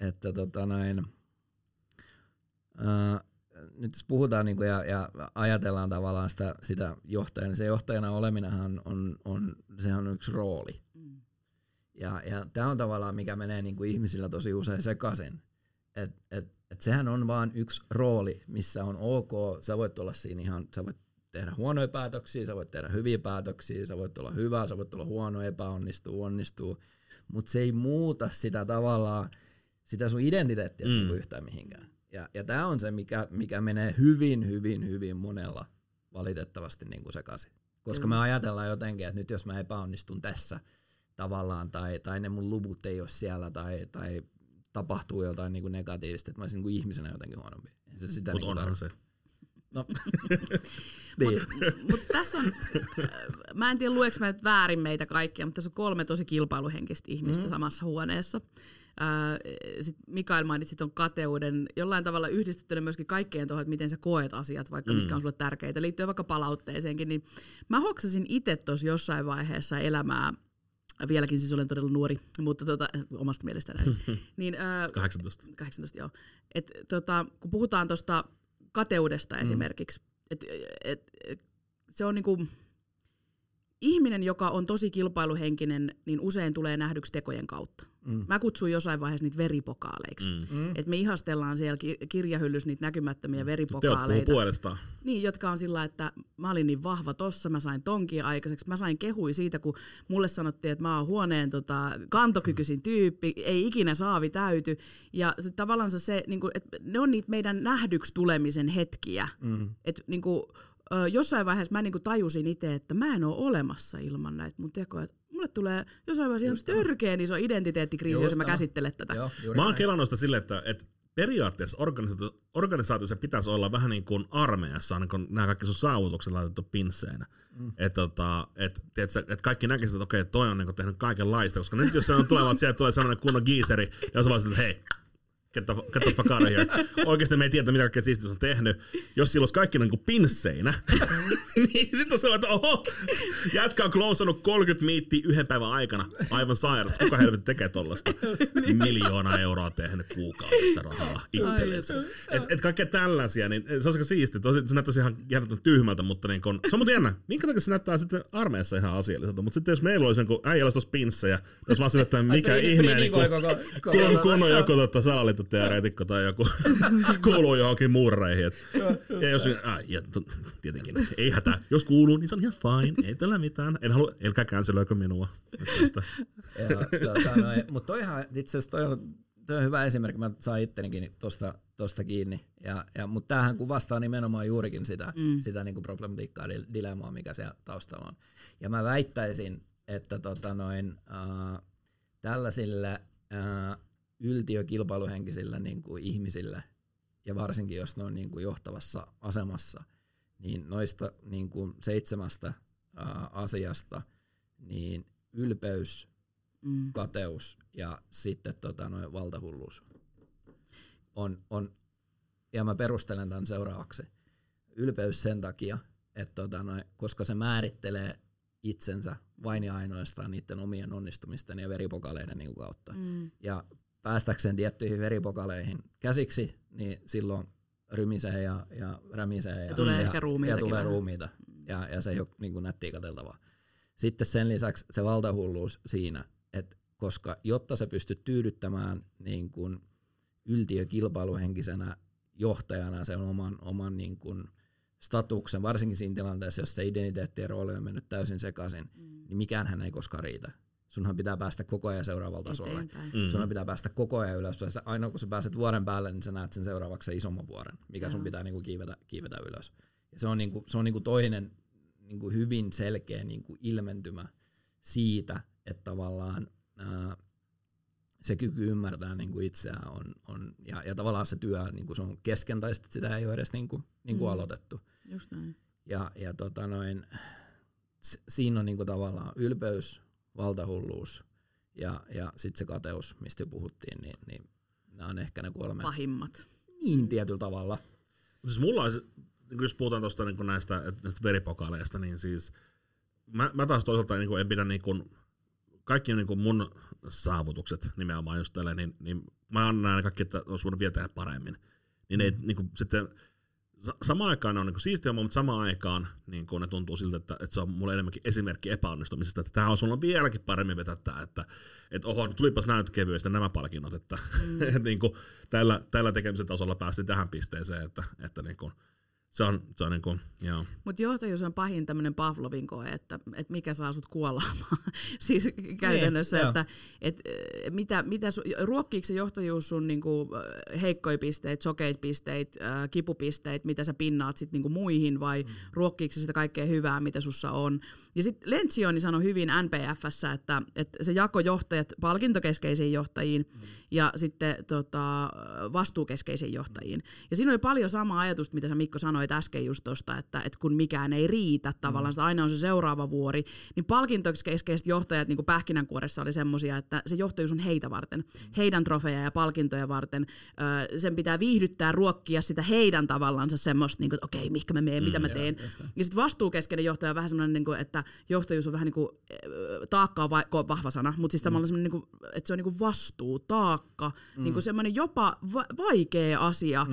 nyt jos puhutaan niinku ja ajatellaan tavallaan sitä johtajaa, niin se johtajana oleminenhan sehän on yksi rooli. Ja tämä on tavallaan mikä menee niinku ihmisillä tosi usein sekaisin. Et sehän on vaan yksi rooli, missä on ok, sä voit olla siinä ihan, sä voit tehdä huonoja päätöksiä, sä voit tehdä hyviä päätöksiä, sä voit olla hyvä, sä voit olla huono, onnistuu, mutta se ei muuta sitä tavallaan, sitä sun identiteettiä niinku yhtään mihinkään. Ja tämä on se, mikä menee hyvin monella valitettavasti niinku sekaisin. Koska me ajatellaan jotenkin, että nyt jos mä epäonnistun tässä tavallaan, tai ne mun luvut ei ole siellä, tai tapahtuu jotain niinku negatiivista, että mä olisin niinku ihmisenä jotenkin huonompi. Mutta onhan se. No. Niin. Mut tässä on, mä en tiedä lueks mä nyt väärin meitä kaikkia, mutta tässä on 3 tosi kilpailuhenkistä ihmistä samassa huoneessa. Sitten Mikael mainitsi ton kateuden jollain tavalla yhdistettynä myöskin kaikkeen tuohon, että miten sä koet asiat, vaikka mitkä on sulle tärkeitä, liittyen vaikka palautteeseenkin, niin mä hoksasin itse tuossa jossain vaiheessa elämää, vieläkin siis olen todella nuori, mutta omasta mielestäni. Niin, 18. 18, joo. Kun puhutaan tuosta kateudesta esimerkiksi, se on niinku, ihminen, joka on tosi kilpailuhenkinen, niin usein tulee nähdyksi tekojen kautta. Mä kutsuin jossain vaiheessa niitä veripokaaleiksi. Et me ihastellaan siellä kirjahyllyssä niitä näkymättömiä veripokaaleita. Teot puhuu puolestaan. Niin, jotka on sillä, että mä olin niin vahva tossa, mä sain tonkin aikaiseksi. Mä sain kehui siitä, kun mulle sanottiin, että mä oon huoneen kantokykyisin tyyppi, ei ikinä saavi täyty. Ja tavallaan se, niinku, että ne on niitä meidän nähdyksi tulemisen hetkiä. Että niinku, jossain vaiheessa mä niinku tajusin itse, että mä en ole olemassa ilman näitä mun tekoja. Mulle tulee jossain vaiheessa ihan törkeän iso identiteettikriisi, jos mä käsittelen tätä. Joo, mä oon kelannut sitä silleen, että periaatteessa organisaatiossa pitäisi olla vähän niin kuin armeijassa, niin kuin nämä kaikki sun saavutukset laitettu pinsseinä. Että kaikki näkisivät, että okei, toi on niin kuin tehnyt kaikenlaista, koska nyt jos se on tulevat, sieltä tulee sellainen kunnon giiseri, ja se on että hei, get the fuck out of here. Oikeasti me ei tiedä, mitä kaikkea siistiä on tehnyt. Jos sillä olisi kaikki niin pinsseinä, niin sitten on se, että oho, jätkä on klousannut 30 miittiä 1 päivän aikana. Aivan sairasta. Kuka helvetti tekee tollasta? 1 miljoonaa euroa tehnyt kuukaudessa rahaa itsellensä. Et kaikkea tällaisia, niin se olisi aika siistiä. Se näyttäisi ihan järjettömän tyhmältä, mutta niin kun, se on muuten jännä. Minkä takia se näyttää sitten armeijassa ihan asialliselta? Mutta sitten jos meillä olisi jonkun äijällä olisi tuossa pinssejä, jos vaan sille, että mikä ihmeen, niin kun on joku salaliittoteoreetikko tai joku kuuluu johonkin muurareihin. Ja jos tietenkin, ei hätää. Jos kuuluu, niin se on ihan fine. Ei tällä mitään. En halua, elkää cancelöikö minua. Mutta toihan itse asiassa toi on hyvä esimerkki. Mä sain ittenikin tosta kiinni. Mutta tämähän kuvastaa nimenomaan juurikin sitä niinku problematiikkaa, dilemmaa, mikä siellä taustalla on. Ja mä väittäisin, että tällaisille yltiökilpailuhenkisillä niin kuin ihmisillä, ja varsinkin jos ne on niin kuin johtavassa asemassa, niin noista niin kuin 7 asiasta, niin ylpeys, kateus ja sitten valtahulluus on, ja mä perustelen tämän seuraavaksi. Ylpeys sen takia, että koska se määrittelee itsensä vain ja ainoastaan niiden omien onnistumisten ja veripokaleiden niin kuin kautta. Ja päästäkseen tiettyihin veripokaleihin käsiksi, niin silloin rymisee ja rämisee ja tulee ehkä ruumiita. Ja se ei ole niin kuin nättiä katseltavaa. Sitten sen lisäksi se valtahulluus siinä, että koska jotta sä pystyt tyydyttämään niin kuin yltiökilpailuhenkisenä johtajana sen oman niin kuin statuksen, varsinkin siinä tilanteessa, jos se identiteetti ja rooli on mennyt täysin sekaisin, niin mikäänhän ei koskaan riitä. Sunhan pitää päästä koko ajan seuraavalle tasolle. Sunhan pitää päästä koko ajan ylös. Ainoa kun sä pääset vuoren päälle, niin sä näet sen seuraavaksi se isomman vuoren, mikä sun pitää niinku kiivetä ylös. Ja se on niinku toinen niinku hyvin selkeä niinku ilmentymä siitä, että tavallaan se kyky ymmärtää niinku itseään on ja tavallaan se työ niinku se on kesken tai sitä ei ole edes niinku aloitettu. Just näin. Ja siinä on niinku tavallaan ylpeys, valtahulluus ja sitten se kateus, mistä jo puhuttiin, niin nämä on ehkä ne 3 pahimmat. Niin tietyllä tavalla. Siis mulla olisi, jos puhutaan tuosta niin näistä veripokaaleista, niin siis mä taas toisaalta niin en pidä niin kaikki niin mun saavutukset nimenomaan just tällä, niin mä annan aina kaikki, että olisi voinut vielä tehdä paremmin. Niin ei niin sitten samaan aikaan ne on niin siistiä, mutta samaan aikaan niin ne tuntuu siltä, että se on mulle enemmänkin esimerkki epäonnistumisesta, että tämä olisi ollut vieläkin paremmin vetättää, että oho, tulipas nämä nyt kevyesti nämä palkinnot, että niin tällä tekemisen tasolla päästiin tähän pisteeseen, että niin se on niin kuin, joo. Mutta johtajuus on pahin tämmöinen Pavlovin koe, että mikä saa sut kuolaamaan. Siis käytännössä, ruokkiiko se johtajuus sun niinku heikkoja pisteitä, sokeita pisteitä, kipupisteitä, mitä sä pinnaat sit niinku muihin, vai ruokkiiko se sitä kaikkea hyvää, mitä sussa on. Ja sitten Lencioni sanoi hyvin NPF:ssä, että se jako johtajat palkintokeskeisiin johtajiin ja sitten vastuukeskeisiin johtajiin. Ja siinä oli paljon samaa ajatusta, mitä sä Mikko sanoit äsken just tosta, että kun mikään ei riitä tavallaan, aina on se seuraava vuori, niin palkintokeskeiset johtajat niin kuin pähkinänkuoressa oli semmosia, että se johtajuus on heitä varten, heidän trofeja ja palkintoja varten, sen pitää viihdyttää, ruokkia sitä heidän tavallansa semmoista, niin kuin, että okei, mihinkä mä menen, mitä mä teen. Ja sitten vastuukeskeinen johtaja on vähän semmoinen, niin kuin, että johtajuus on vähän niin kuin, taakka on vahva sana, mutta siis tavallaan semmoinen, niin kuin, että se on niin kuin vastuu, taakka, niin kuin semmoinen jopa vaikea asia,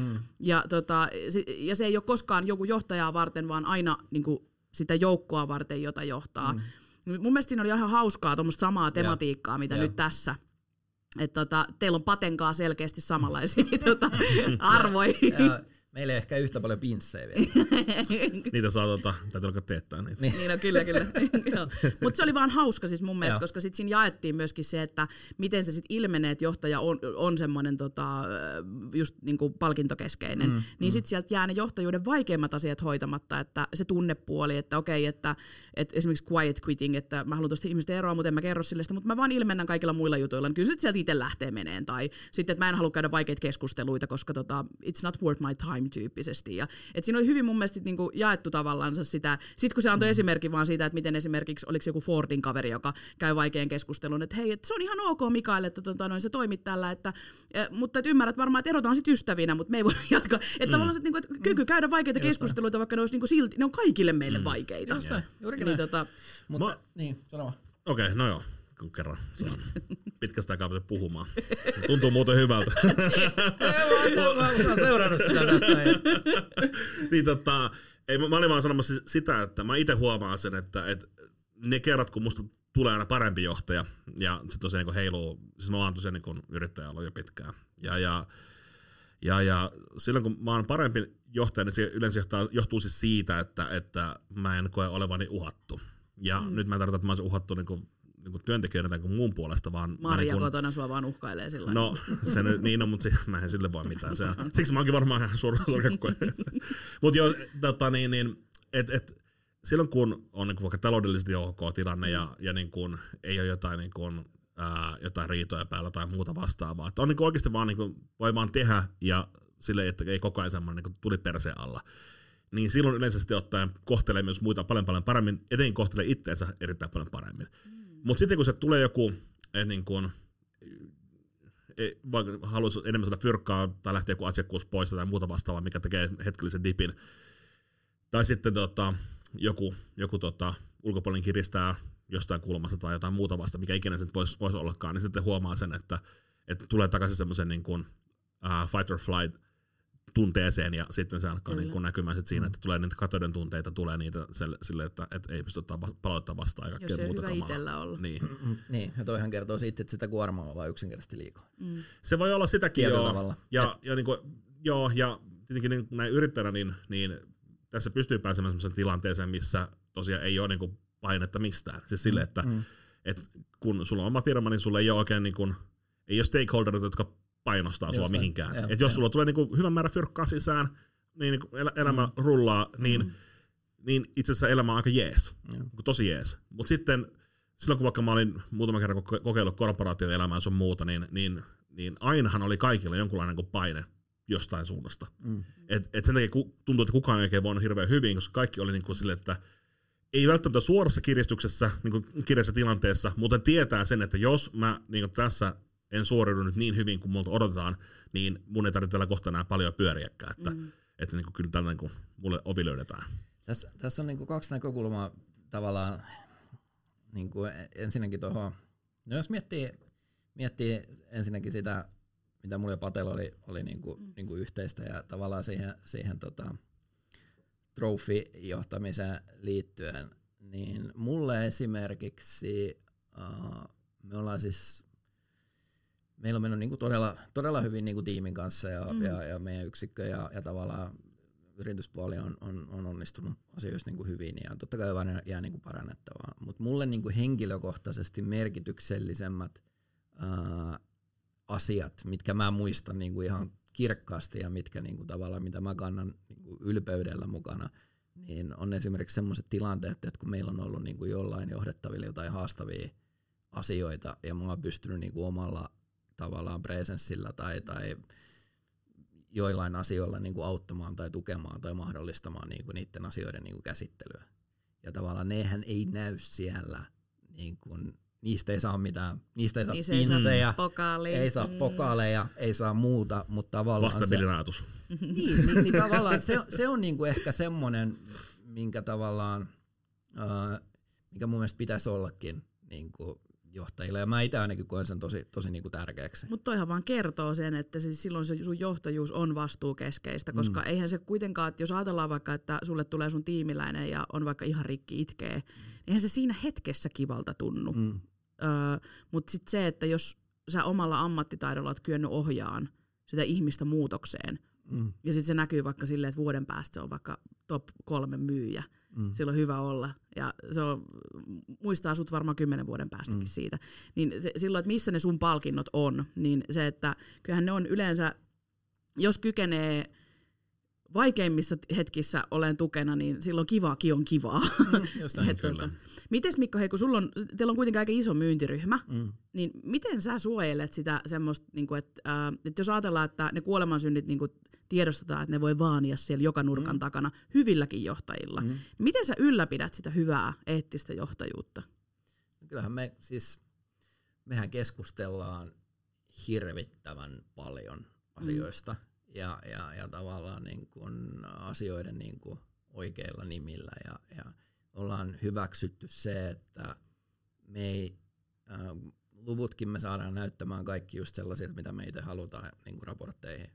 ja se ei ole koskaan joku johtajaa varten, vaan aina niin kuin sitä joukkoa varten, jota johtaa. Mun mielestä siinä oli ihan hauskaa tuommoista samaa tematiikkaa, mitä nyt tässä. Että teillä on Patenkaa selkeästi samanlaisia arvoja. Meillä ei ehkä yhtä paljon pinssejä vielä. Niitä saa täytyy alkaa teettää niitä. Niin, no, kyllä. Mutta se oli vaan hauska siis mun mielestä, koska sit siinä jaettiin myöskin se, että miten se sit ilmenee, että johtaja on semmoinen just niinku palkintokeskeinen. Niin sit sieltä jää ne johtajuuden vaikeimmat asiat hoitamatta, että se tunnepuoli, että okei, että esimerkiksi quiet quitting, että mä haluan tuosta ihmistä eroa, mutta en mä kerro sille sitä, mutta mä vaan ilmennän kaikilla muilla jutuilla. Niin kyllä sit sieltä itse lähtee meneen. Tai sitten, että mä en halua käydä vaikeita keskusteluita, koska it's not worth my time tyyppisesti. Ja, et siinä oli hyvin mun mielestä niinku jaettu tavallaan sitä, sit kun se antoi esimerkin vaan siitä, että miten esimerkiksi oliko joku Fordin kaveri, joka käy vaikean keskustelun, että hei, et se on ihan ok Mikael, että se toimit tällä, mutta et ymmärrät varmaan, että erotaan sit ystävinä, mutta me ei voida jatkaa. Että tavallaan se, että kyky käydä vaikeita keskusteluita, vaikka ne olisi niinku silti, ne on kaikille meille vaikeita. Just näin, juurikin niin, näin. Mutta, sano vaan. Okei, no joo. Kun kerran saan pitkästä aikaa pääse puhumaan. Tuntuu muuten hyvältä. Mä oon seurannut sitä tästä. Niin mä olin vaan sanomassa sitä, että mä itse huomaan sen, että ne kerrat, kun musta tulee aina parempi johtaja, ja se tosiaan niin heiluu, siis mä oon tosiaan niin yrittäjä ollut jo pitkään. Ja silloin kun mä oon parempi johtaja, niin se yleensä johtuu siis siitä, että mä en koe olevani uhattu. Ja nyt mä en tarkoita, että mä olisin uhattu niin työntekijöiden tai muun puolesta, vaan... Maria kotona sua vaan uhkailee sillä. No, se nyt, niin on, mutta mä en sille voi mitään. Siksi mä oonkin varmaan ihan surkakkoja. Mutta joo, silloin kun on niin vaikka taloudellisesti OK-tilanne ja niin kuin, ei ole jotain, niin kuin, jotain riitoja päällä tai muuta vastaavaa, että on niin kuin oikeasti vaan, niin kuin, voi vaan tehdä ja silleen, että ei koko ajan semmoinen niin tuli perseen alla. Niin silloin yleisesti ottaen kohtelee myös muita paljon paremmin, etenkin kohtelee itseensä erittäin paljon paremmin. Mutta sitten kun se tulee joku, niin kun, vaikka haluaisi enemmän saada fyrkkaa tai lähtee joku asiakkuus pois tai muuta vastaavaa, mikä tekee hetkellisen dipin, tai sitten joku ulkopuolinen kiristää jostain kulmasta tai jotain muuta vasta, mikä ikinä se voisi ollakaan, niin sitten huomaa sen, että tulee takaisin semmoisen niin kuin fight or flight tunteeseen ja sitten se alkaa niin kuin näkymään sit siinä, että tulee niitä kateuden tunteita, tulee niitä sille, että ei pysty palauttaa vastaan ja kaikkea muuta kamaa. Jos ei hyvä itsellä olla. Niin, ja toihan kertoo siitä, että sitä kuormaa on vaan yksinkertaisesti liikaa. Se voi olla sitäkin tavalla. Ja tietenkin niin näin yrittäjänä, niin tässä pystyy pääsemään sellaiseen tilanteeseen, missä tosiaan ei ole niin kuin painetta mistään. Siis silleen, että kun sulla on oma firma, niin sulla ei ole oikein niin kuin, ei ole stakeholderit, jotka painostaa sua mihinkään. Et jos sulla tulee niin kuin hyvä määrä fyrkkaa sisään, niin elämä rullaa, niin itse asiassa elämä on aika jees. Tosi jees. Mutta sitten silloin, kun vaikka mä olin muutaman kerran kokeillut korporaatioelämää ja sun muuta, niin ainahan oli kaikilla jonkunlainen niin paine jostain suunnasta. Et sen takia tuntuu, että kukaan ei oikein voinut hirveän hyvin, koska kaikki oli niin kuin sille, että ei välttämättä suorassa kiristyksessä, niin kuin kirjassa tilanteessa, mutta tietää sen, että jos mä niin kuin tässä en suoriudu nyt niin hyvin kuin multa odotetaan, niin mun ei tarvitse tällä kohtaa enää paljon pyöriäkään. Että niin kuin kyllä tällä niin kuin mulle ovi löydetään. Tässä on niin kuin 2 näkökulmaa tavallaan. Niin kuin ensinnäkin tuohon, no jos miettii ensinnäkin sitä, mitä mulla ja Patella oli niin kuin yhteistä ja tavallaan siihen trophy-johtamiseen liittyen, niin mulle esimerkiksi meillä on mennyt niin kuin todella hyvin niin kuin tiimin kanssa ja meidän yksikkö ja tavallaan yrityspuoli on onnistunut asioissa niin kuin hyvin ja totta kai vaan jää niin kuin parannettavaa. Mutta mulle niin kuin henkilökohtaisesti merkityksellisemmät asiat, mitkä mä muistan niin kuin ihan kirkkaasti ja mitkä niin kuin tavallaan mitä mä kannan niin kuin ylpeydellä mukana, niin on esimerkiksi sellaiset tilanteet, että kun meillä on ollut niin kuin jollain johdettavilla jotain haastavia asioita ja mä oon pystynyt niin kuin omalla tavallaan presenssillä tai joillain asioilla niin kuin auttamaan tai tukemaan tai mahdollistamaan niin kuin niiden asioiden niin kuin käsittelyä. Ja tavallaan nehän ei näy siellä, niin kuin, niistä ei saa mitään, niistä ei saa pinsseja, ei saa pokaaleja, ei saa muuta, mutta tavallaan vastabilin ajatus. Niin tavallaan se on niin kuin ehkä semmoinen, minkä tavallaan, mikä mun mielestä pitäisi ollakin niin kuin johtajille, ja mä itse ainakin koen sen tosi niin kuin tärkeäksi. Mutta toihan vaan kertoo sen, että siis silloin se sun johtajuus on vastuukeskeistä, koska eihän se kuitenkaan, että jos ajatellaan vaikka, että sulle tulee sun tiimiläinen ja on vaikka ihan rikki itkee, eihän se siinä hetkessä kivalta tunnu. Mutta sitten se, että jos sä omalla ammattitaidolla oot kyennyt ohjaan sitä ihmistä muutokseen, ja sitten se näkyy vaikka silleen, että vuoden päästä se on vaikka top 3 myyjä, silloin on hyvä olla, ja se on, muistaa sut varmaan 10 vuoden päästäkin siitä, niin silloin, että missä ne sun palkinnot on, niin se, että kyllähän ne on yleensä, jos kykenee vaikeimmissa hetkissä olen tukena, niin silloin kivaakin on kivaa. Mites Mikko, hei, kun teillä on kuitenkin aika iso myyntiryhmä, niin miten sä suojelet sitä semmoista, niin että jos ajatellaan, että ne kuolemansynnit niin tiedostetaan, että ne voi vaania siellä joka nurkan takana hyvilläkin johtajilla, niin miten sä ylläpidät sitä hyvää eettistä johtajuutta? Kyllähän mehän keskustellaan hirvittävän paljon asioista. Ja tavallaan niin kuin asioiden niin kuin oikeilla nimillä ja ollaan hyväksytty se, että me ei, luvutkin me saadaan näyttämään kaikki just sellaisilta, mitä me itse halutaan niin kuin raportteihin.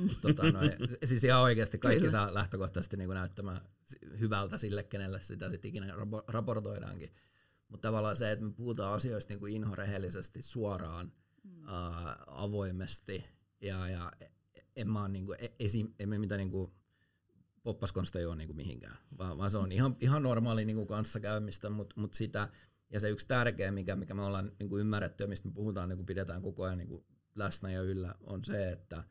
Siis ihan oikeasti kaikki saa lähtökohtaisesti niin kuin näyttämään hyvältä sille, kenelle sitä sitten ikinä raportoidaankin. Mutta tavallaan se, että me puhutaan asioista niin kuin inhorehellisesti, suoraan, avoimesti ja en mä niinku, emme mitään niinku poppaskonsteja ole niinku mihinkään, vaan se on ihan normaali niinku kanssakäymistä, mut sitä, ja se yksi tärkeä, mikä me ollaan niinku ymmärretty ja mistä me puhutaan, niinku pidetään koko ajan niinku läsnä ja yllä, on se, että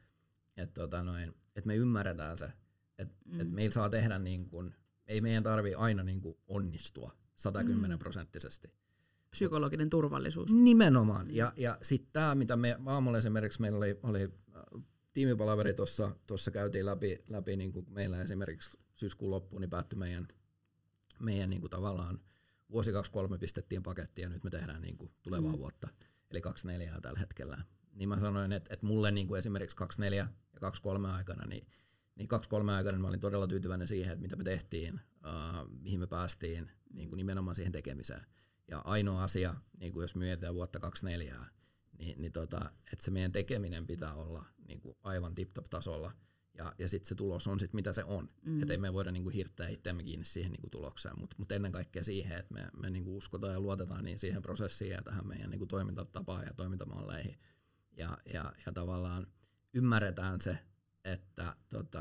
me ymmärretään se, että meillä saa tehdä, niinku, ei meidän tarvitse aina niinku onnistua 110%. Psykologinen turvallisuus. Nimenomaan, ja sitten tämä, mitä me aamulla esimerkiksi meillä oli tiimipalaveri tuossa käytiin läpi niin kuin meillä esimerkiksi syyskuun loppuun, niin päättyi meidän niin kuin tavallaan vuosi 23 pistettiin pakettiin ja nyt me tehdään niin kuin tulevaa vuotta, eli 24 tällä hetkellä. Niin mä sanoin, että mulle niin kuin esimerkiksi 24 ja 23 aikana, niin 23 aikana mä olin todella tyytyväinen siihen, että mitä me tehtiin, mihin me päästiin niin kuin nimenomaan siihen tekemiseen. Ja ainoa asia, niin kuin jos mietitään vuotta 24, että se meidän tekeminen pitää olla niin kuin aivan tip-top tasolla ja sitten se tulos on sitten mitä se on. Että ei me voida niinku hirttää itseämme kiinni siihen niinku tulokseen, mutta ennen kaikkea siihen, että me niinku uskotaan ja luotetaan niin siihen prosessiin ja tähän meidän niinku toimintatapaan ja toimintamalleihin. Ja tavallaan ymmärretään se, että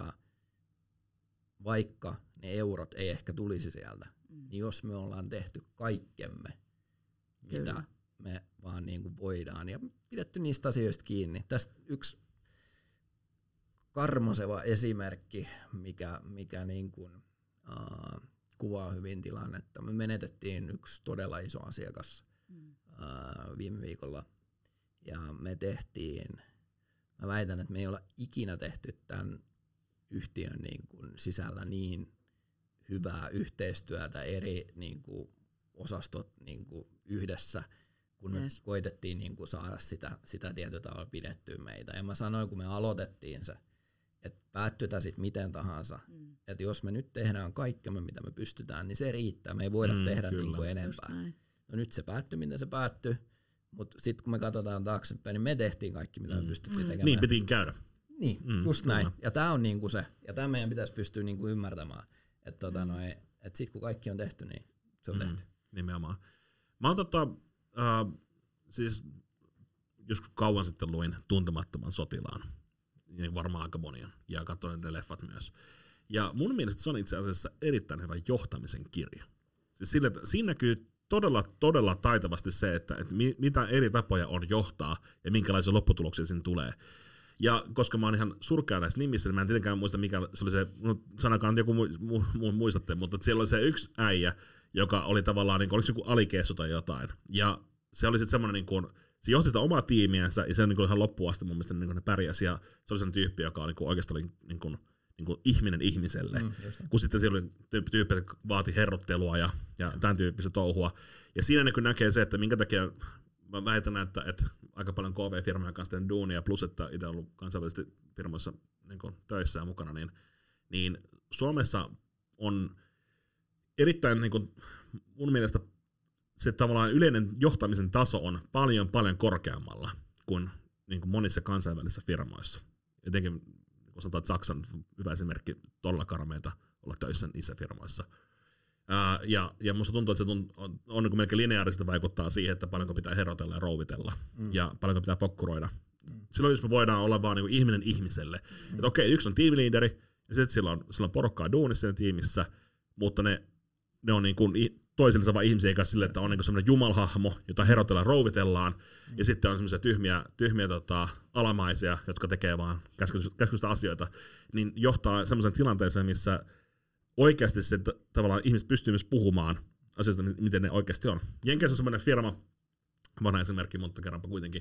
vaikka ne eurot ei ehkä tulisi sieltä, niin jos me ollaan tehty kaikkemme, mitä me vaan niinku voidaan ja pidetty niistä asioista kiinni. Tästä yksi karmaseva esimerkki, mikä niin kuin, kuvaa hyvin tilannetta. Me menetettiin yksi todella iso asiakas viime viikolla ja mä väitän, että me ei olla ikinä tehty tämän yhtiön niin kuin sisällä niin hyvää yhteistyötä eri niin kuin osastot niin kuin yhdessä, kun me koitettiin niin kuin saada sitä tietyllä tavalla pidettyä meitä. Ja mä sanoin, kun me aloitettiin se, että päättyy tämä sitten miten tahansa. Että jos me nyt tehdään kaikkemme, mitä me pystytään, niin se riittää. Me ei voida tehdä niin kuin enempää. No nyt se päättyi, miten se päättyi. Mutta sitten kun me katsotaan taaksepäin, niin me tehtiin kaikki, mitä me pystyttiin tekemään. Niin, pitiin käydä. Niin, just näin. Ja tämä on niinku se. Ja tämä meidän pitäisi pystyä niinku ymmärtämään. Että sitten kun kaikki on tehty, niin se on tehty. Nimenomaan. Mä oon siis joskus kauan sitten luin Tuntemattoman sotilaan. Niin varmaan aika monia. Ja katsoin ne leffat myös. Ja mun mielestä se on itse asiassa erittäin hyvä johtamisen kirja. Siis sille, että siinä näkyy todella taitavasti se, että mitä eri tapoja on johtaa ja minkälaisia lopputuloksia siinä tulee. Ja koska mä oon ihan surkea näissä nimissä, niin mä en tietenkään muista mikä se oli se, sanakaan joku muistatte, mutta siellä oli se yksi äijä, joka oli tavallaan, niin kuin, oliko joku alikeessu tai jotain. Ja se oli sitten semmoinen, niin kuin, se johti sitä omaa tiimiänsä ja se niin kuin ihan loppuun asti mun mielestä niin kuin ne pärjäsi. Ja se oli sellainen tyyppi, joka niin kuin oikeastaan oli niin kuin ihminen ihmiselle. Kun sitten siellä oli tyyppi, joka vaati herrottelua ja tämän tyyppistä touhua. Ja siinä niin näkee se, että minkä takia mä väitän, että aika paljon KV-firmoja kanssa teen duunia, plus että itse ollut kansainvälisesti firmoissa niin töissä ja mukana, niin Suomessa on erittäin niin kuin, mun mielestä se tavallaan yleinen johtamisen taso on paljon korkeammalla kuin, niin kuin monissa kansainvälisissä firmoissa. Etenkin kun sanotaan, että Saksan hyvä esimerkki todella karmeita olla töissä niissä firmoissa. Ja musta tuntuu, että se on niin kuin melkein lineaarisesti vaikuttaa siihen, että paljonko pitää herotella ja rouvitella ja paljonko pitää pokkuroida. Silloin jos me voidaan olla vaan niin kuin ihminen ihmiselle. Että okei, yksi on tiimiliideri ja sitten sillä on porukkaa duunissa siinä tiimissä, mutta ne on niin kuin toisillensa vaan ihmisiä kanssa sille, että on niin kuin semmoinen jumalhahmo, jota herotellaan, rouvitellaan ja sitten on semmoisia tyhmiä alamaisia, jotka tekee vaan käskystä asioita, niin johtaa semmoisen tilanteeseen, missä oikeasti se tavallaan ihmiset pystyy myös puhumaan asioista, miten ne oikeasti on. Jenkeissä on semmoinen firma, vanha esimerkki, mutta kerranpa kuitenkin.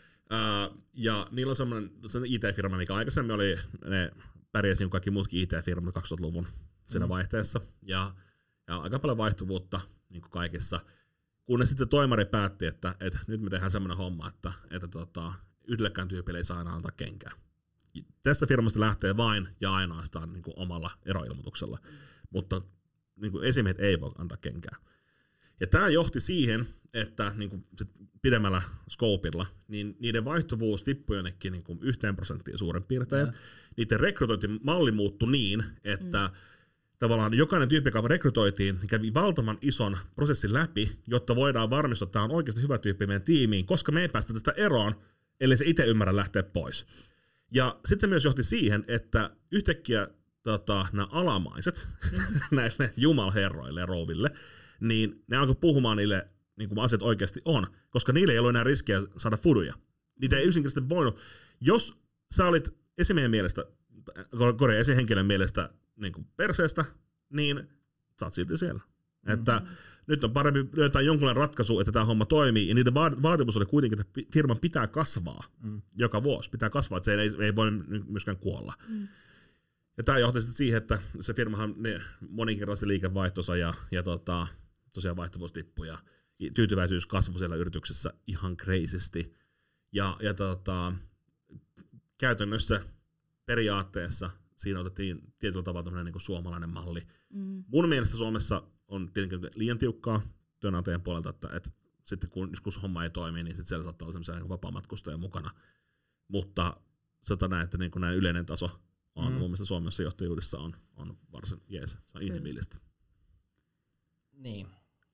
Ja niillä on semmoinen IT-firma, mikä aikaisemmin oli, ne pärjäsi niin kuin kaikki muutkin IT-firmat 2000-luvun siinä vaihteessa. Ja aika paljon vaihtuvuutta niin kuin kaikissa. Kunnes sitten se toimari päätti, että nyt me tehdään semmoinen homma, että yhdellekään tyypille ei saa aina antaa kenkää. Tästä firmasta lähtee vain ja ainoastaan niin kuin omalla eroilmoituksella, mutta niin kuin esimiehet ei voi antaa kenkää. Ja tämä johti siihen, että niin kuin pidemmällä scoopilla, niin niiden vaihtuvuus tippui jonnekin niin kuin 1% suurin piirtein. Niiden rekrytointimalli muuttui niin, että tavallaan jokainen tyyppi, joka rekrytoitiin, niin kävi valtavan ison prosessin läpi, jotta voidaan varmistaa, että tämä on oikeasti hyvä tyyppi meidän tiimiin, koska me ei päästä tästä eroon, ellei se itse ymmärrä lähteä pois. Ja sitten se myös johti siihen, että yhtäkkiä nämä alamaiset, näille jumalherroille ja rouville, niin ne alkoi puhumaan niille, niin kuin asiat oikeasti on, koska niille ei ollut enää riskiä saada fuduja. Niitä ei yksinkertaisesti voinut. Jos sä olit esimiehen mielestä, esihenkilön mielestä niin kuin perseestä, niin sä oot silti siellä. Että nyt on parempi löytää jonkunlainen ratkaisu, että tämä homma toimii, ja niiden vaatimus oli kuitenkin, että firman pitää kasvaa joka vuosi. Pitää kasvaa, että se ei voi myöskään kuolla. Ja tämä johti sitten siihen, että se firmahan moninkertaisesti liikevaihtonsa ja tosiaan vaihtuvuus tippui, ja tyytyväisyys kasvoi siellä yrityksessä ihan crazysti. Ja käytännössä periaatteessa siinä otettiin tietyllä tavalla niin kuin suomalainen malli. Mun mielestä Suomessa on tietenkin liian tiukkaa työnantajan puolelta, että sitten kun joskus homma ei toimi, niin sitten siellä saattaa olla sellaisia niin vapaamatkustajia mukana. Mutta sanotaan näin, että niin kuin näin yleinen taso on mun mielestä Suomessa johtajuudessa on varsin jees, se on inhimillistä. Niin.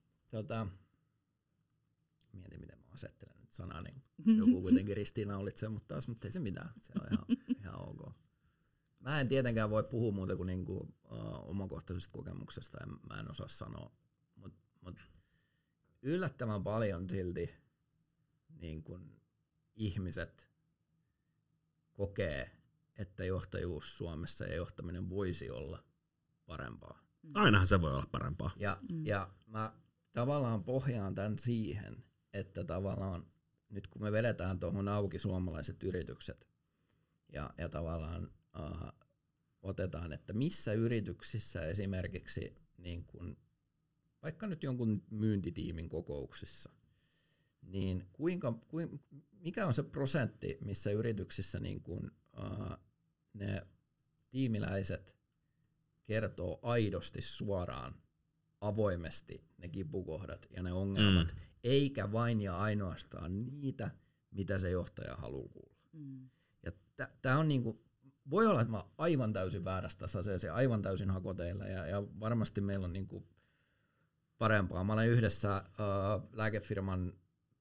Mietin, miten mä asettelen nyt sanaa, niin joku kuitenkin ristiinnaulitsee, mutta ei se mitään, se on ihan ok. Mä en tietenkään voi puhua muuta kuin niinku, omakohtaisesta kokemuksesta, mä en osaa sanoa, mutta yllättävän paljon silti niin kun ihmiset kokee, että johtajuus Suomessa ja johtaminen voisi olla parempaa. Ainahan se voi olla parempaa. Ja mä tavallaan pohjaan tämän siihen, että tavallaan nyt kun me vedetään tuohon auki suomalaiset yritykset ja tavallaan otetaan, että missä yrityksissä esimerkiksi niin kun, vaikka nyt jonkun myyntitiimin kokouksissa, niin mikä on se prosentti, missä yrityksissä niin kun, ne tiimiläiset kertoo aidosti suoraan, avoimesti ne kipukohdat ja ne ongelmat, eikä vain ja ainoastaan niitä, mitä se johtaja haluaa kuulla. Ja tää on niinku, voi olla, että mä oon aivan täysin väärässä tässä asiassa ja aivan täysin hakoteilla ja varmasti meillä on niinku parempaa. Mä olen yhdessä lääkefirman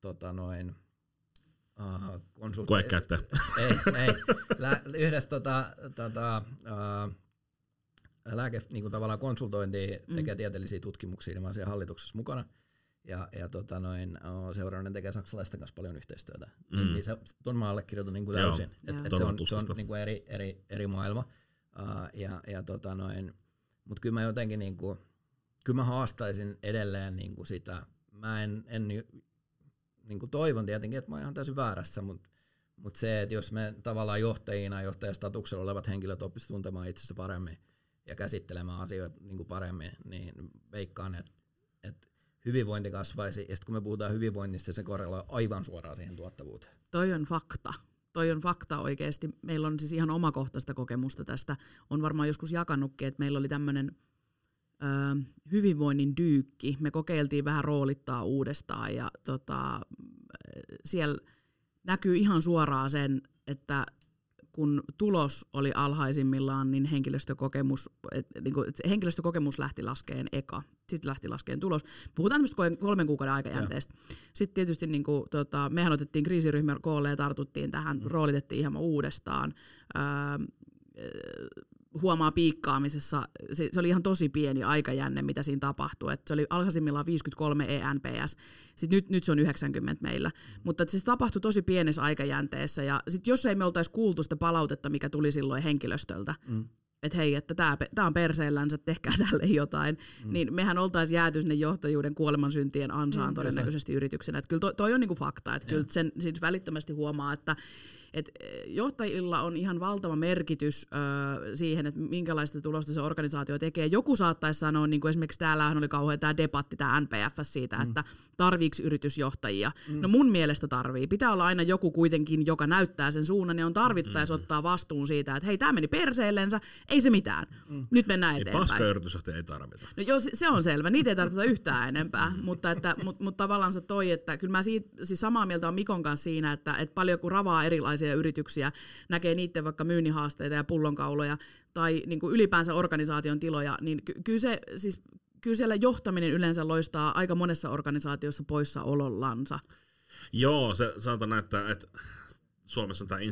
koekäyttäjä. Yhdessä niinku tavallaan konsultointia tekee tieteellisiä tutkimuksia, niin mä oon siellä hallituksessa mukana. Ja seuraavainen tekee saksalaisten kanssa paljon yhteistyötä. Niin se ton mä allekirjoitan niinku täysin. Se on niinku eri maailma. Mut kyllä mä jotenkin niinku, kyllä mä haastaisin edelleen niinku sitä. Mä en niinku toivon tietenkin, että mä oon ihan täysin väärässä, mut se, että jos me tavallaan johtajina, johtajastatuksella olevat henkilöt oppisivat tuntemaan itsensä paremmin ja käsittelemään asioita niinku paremmin, niin veikkaan, että hyvinvointi kasvaisi, ja sitten kun me puhutaan hyvinvoinnista, se korreloi aivan suoraan siihen tuottavuuteen. Toi on fakta oikeasti. Meillä on siis ihan omakohtaista kokemusta tästä. On varmaan joskus jakanutkin, että meillä oli tämmöinen hyvinvoinnin dyykki. Me kokeiltiin vähän roolittaa uudestaan, ja siellä näkyy ihan suoraan sen, että kun tulos oli alhaisimmillaan, niin henkilöstökokemus lähti laskeen eka. Sitten lähti laskeen tulos. Puhutaan tämmöistä 3 kuukauden aikajänteestä. Sitten tietysti mehän otettiin kriisiryhmä koolle ja tartuttiin tähän, roolitettiin ihan uudestaan. Huomaa piikkaamisessa, se oli ihan tosi pieni aikajänne, mitä siinä tapahtui. Et se oli alhaisimmillaan 53 ENPS, sitten nyt se on 90 meillä. Mutta se tapahtui tosi pienessä aikajänteessä, ja sit jos ei me oltaisi kuultu sitä palautetta, mikä tuli silloin henkilöstöltä, että hei, että tää on perseellänsä, tehkää tälle jotain, niin mehän oltaisiin jääty sinne johtajuuden kuolemansyntien ansaan todennäköisesti yrityksenä. Et kyllä toi on niinku fakta, että kyllä sen siis välittömästi huomaa, että johtajilla on ihan valtava merkitys siihen, että minkälaista tulosta se organisaatio tekee. Joku saattaisi sanoa, niin kuin esimerkiksi täällähän oli kauhean tämä debatti, tämä NPF siitä, että tarviiko yritysjohtajia. No mun mielestä tarvii. Pitää olla aina joku kuitenkin, joka näyttää sen suunnan ja on tarvittaessa ottaa vastuun siitä, että hei, tämä meni perseellensä, ei se mitään. Nyt mennään eteenpäin. Paska yritysjohtaja ei tarvita. No joo, se on selvä. Niitä ei tarvita yhtään enempää. mutta tavallaan se toi, että kyllä mä siis samaa mieltä on Mikon kanssa siinä, että paljon kun ravaa erilaisia yrityksiä, näkee niiden vaikka myynnin haasteita ja pullonkauloja tai niin kuin ylipäänsä organisaation tiloja, niin kyllä siellä johtaminen yleensä loistaa aika monessa organisaatiossa poissaolollansa. Joo, se sanotaan, että Suomessa on tämä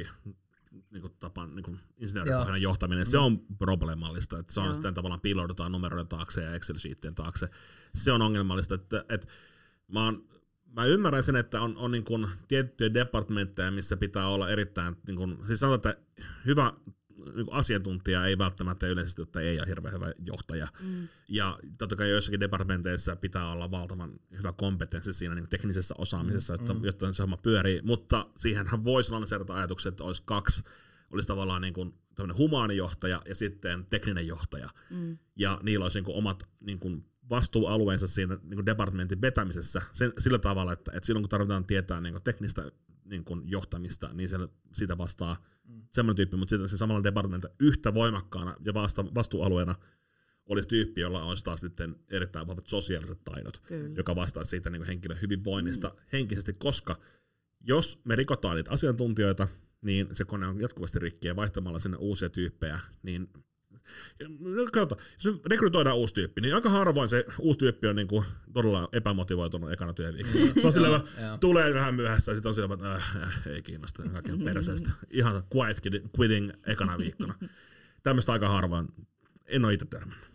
insinööripohjainen johtaminen, se on problemallista, että se on sitten tavallaan piiloudutaan numeroiden taakse ja Excel-sheettien taakse. Se on ongelmallista, että mä ymmärrän sen, että on niin kuin tiettyjä departmentteja, missä pitää olla erittäin, niin kuin, siis sanotaan, että hyvä niin kuin asiantuntija ei välttämättä yleisesti, että ei ole hirveän hyvä johtaja. Ja totta kai joissakin departmenteissa pitää olla valtavan hyvä kompetenssi siinä niin kuin teknisessä osaamisessa, jotta se homma pyörii, mutta siihenhän voisi lanseerata ajatuksia, että olisi tavallaan niin kuin tämmöinen humaani johtaja ja sitten tekninen johtaja. Ja niillä olisi niin kuin omat niin kuin vastuualueensa siinä niin departmentin vetämisessä sillä tavalla, että silloin kun tarvitaan tietää niin teknistä niin johtamista, niin siitä vastaa semmoinen tyyppi, mutta sitten se samalla departmentin yhtä voimakkaana ja vastuualueena olisi tyyppi, jolla olisi taas sitten erittäin vahvat sosiaaliset taidot, joka vastaa siitä niin henkilön hyvinvoinnista henkisesti, koska jos me rikotaan niitä asiantuntijoita, niin se kone on jatkuvasti rikki ja vaihtamalla sinne uusia tyyppejä, niin kautta, jos rekrytoidaan uusi tyyppi, niin aika harvoin se uusi tyyppi on niinku todella epämotivoitunut ekana työviikolla. Se on silleen, tulee vähän myöhässä ja sitten on silleen, että ei kiinnosta, kaiken perseestä. Ihan quiet quitting ekana viikkona. Tämmöistä aika harvoin, en ole itse törmännyt.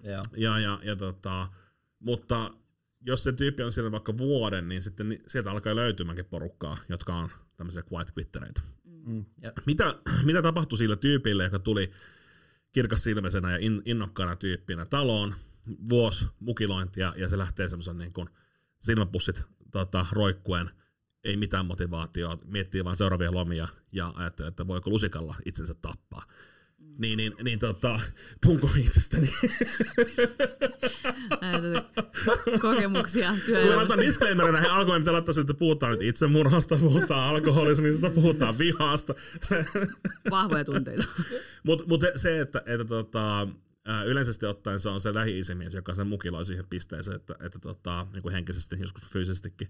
Mutta jos se tyyppi on siellä vaikka vuoden, niin sitten sieltä alkaa löytymäänkin porukkaa, jotka on tämmöisiä quiet quittereitä. Mitä tapahtui sillä tyypille, joka tuli kirkassilmäisenä ja innokkaana tyyppinä taloon, vuosi mukilointia ja se lähtee semmoisen niin kuin silmäpussit roikkuen, ei mitään motivaatiota, miettii vaan seuraavia lomia ja ajattelee, että voiko lusikalla itsensä tappaa. Punko itsestäni. Näitä kokemuksia Kun työelämästä. laitan disclaimerin näihin alkuun, mitä laittaa, että puhutaan nyt itsemurhasta, puhutaan alkoholismista, puhutaan vihasta. Vahvoja tunteita. Mutta se, että yleisesti ottaen se on se lähi-isimies, joka sen mukiloi siihen pisteeseen, että niin kuin henkisesti, joskus fyysisestikin.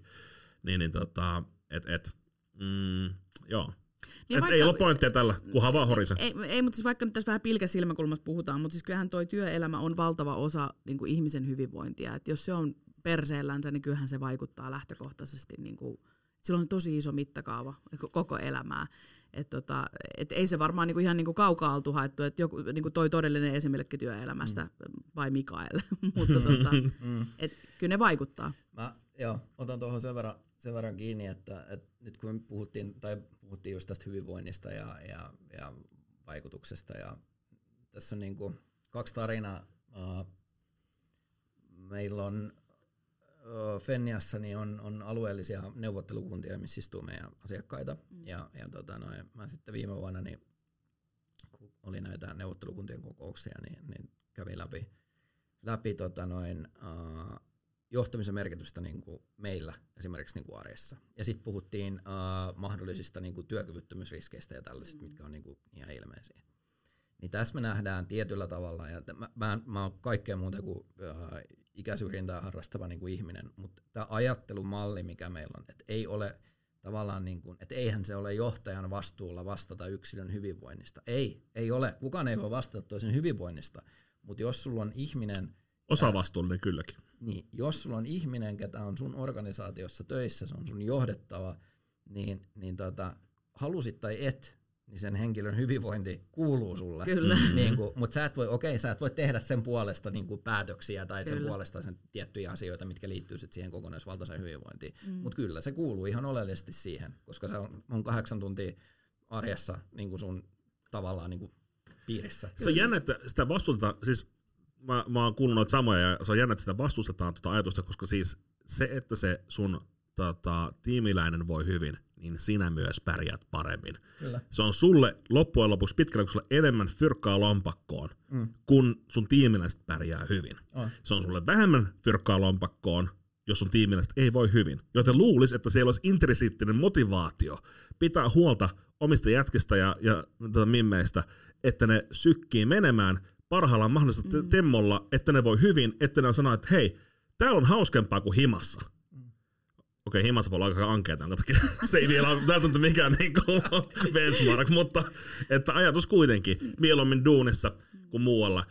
Joo. Niin ei ole pointtia tällä, kunhan vaan horisen. Ei, mutta siis vaikka nyt tässä vähän pilkäsilmäkulmasta puhutaan, mutta siis kyllähän toi työelämä on valtava osa niin kuin ihmisen hyvinvointia. Et jos se on perseellänsä, niin kyllähän se vaikuttaa lähtökohtaisesti. Niin kuin, sillä on tosi iso mittakaava koko elämää. Et ei se varmaan niin kuin ihan niin kuin kaukaa oltu haettu, että joku niin kuin toi todellinen esimerkki työelämästä by Mikael. Mutta et kyllä ne vaikuttaa. Mä otan tuohon sen verran kiinni, että nyt kun me puhuttiin just tästä hyvinvoinnista ja vaikutuksesta, ja tässä on niin kuin 2 tarinaa. Meillä on Fenniassa niin on alueellisia neuvottelukuntia, missä istuu meidän asiakkaita, mä sitten viime vuonna, niin, kun oli näitä neuvottelukuntien kokouksia, niin kävin läpi johtamisen merkitystä niin kuin meillä esimerkiksi niin kuin arjessa. Ja sitten puhuttiin mahdollisista niin kuin työkyvyttömyysriskeistä ja tällaisista, mitkä on niin kuin ihan ilmeisiä. Niin tässä me nähdään tietyllä tavalla, ja mä oon kaikkea muuta kuin ikäsyrjintää harrastava niin kuin ihminen, mutta tämä ajattelumalli, mikä meillä on, että ei ole tavallaan niin kuin, että eihän se ole johtajan vastuulla vastata yksilön hyvinvoinnista. Ei ole. Kukaan ei voi vastata toisen hyvinvoinnista, mutta jos sulla on ihminen, osavastuullinen kylläkin. Niin, jos sulla on ihminen, ketä on sun organisaatiossa töissä, se on sun johdettava, niin halusit tai et, niin sen henkilön hyvinvointi kuuluu sulle. Kyllä. Mutta sä et voi tehdä sen puolesta niin kuin päätöksiä tai sen puolesta sen tiettyjä asioita, mitkä liittyy sit siihen kokonaisvaltaiseen hyvinvointiin. Mutta kyllä se kuuluu ihan oleellisesti siihen, koska se on 8 tuntia arjessa niin kuin sun tavallaan niin kuin piirissä. Se on jännä, että sitä vastuutetaan, siis mä oon kuullut noita samoja, ja se on jännä, että sitä vastustetaan ajatusta, koska siis se, että se sun tiimiläinen voi hyvin, niin sinä myös pärjäät paremmin. Kyllä. Se on sulle loppujen lopuksi pitkällä, kun sulle enemmän fyrkkaa lompakkoon, kun sun tiimiläiset pärjää hyvin. Se on sulle vähemmän fyrkkaa lompakkoon, jos sun tiimiläiset ei voi hyvin. Joten luulisi, että siellä olisi intressiittinen motivaatio pitää huolta omista jätkistä ja mimmeistä, että ne sykkii menemään parhaillaan mahdollisella temmolla, että ne voi hyvin, että ne sanoo, että hei, täällä on hauskempaa kuin himassa. Okei, himassa voi olla aika ankeeta, se ei vielä ole välttämättä mikään niinku benchmark, mutta että ajatus kuitenkin mieluummin duunissa kuin muualla.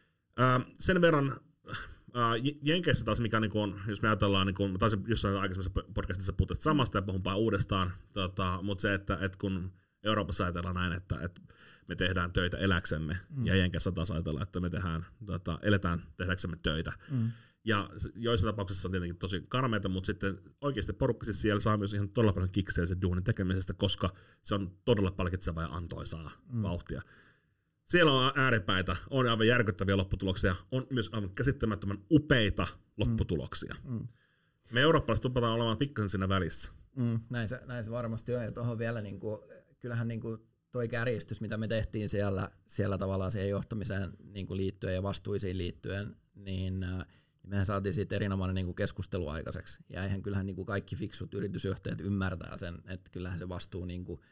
Sen verran Jenkeissä taas, mikä niinku on, jos me ajatellaan, niinku, mä taisin jossain aikaisemmassa podcastissa puhua samasta ja puhunpaa uudestaan, mutta se, että kun Euroopassa ajatellaan näin, että me tehdään töitä eläksemme, ja Jenkeissä taas ajatellaan, että me eletään tehdäksemme töitä. Ja joissain tapauksissa on tietenkin tosi karmeita, mutta sitten oikeasti porukka siis siellä saa myös ihan todella paljon kiksejä sen duunin tekemisestä, koska se on todella palkitsevaa ja antoisaa vauhtia. Siellä on ääripäitä, on aivan järkyttäviä lopputuloksia, on myös aivan käsittämättömän upeita lopputuloksia. Me eurooppalaiset tupataan olemaan pikkasen siinä välissä. Näin se varmasti on, ja tuohon vielä, kyllähän toi kärjistys, mitä me tehtiin siellä tavallaan siihen johtamiseen liittyen ja vastuisiin liittyen, niin mehän saatiin siitä erinomainen keskustelu aikaiseksi. Ja eihän kyllähän kaikki fiksut yritysjohtajat ymmärtää sen, että kyllähän se vastuu,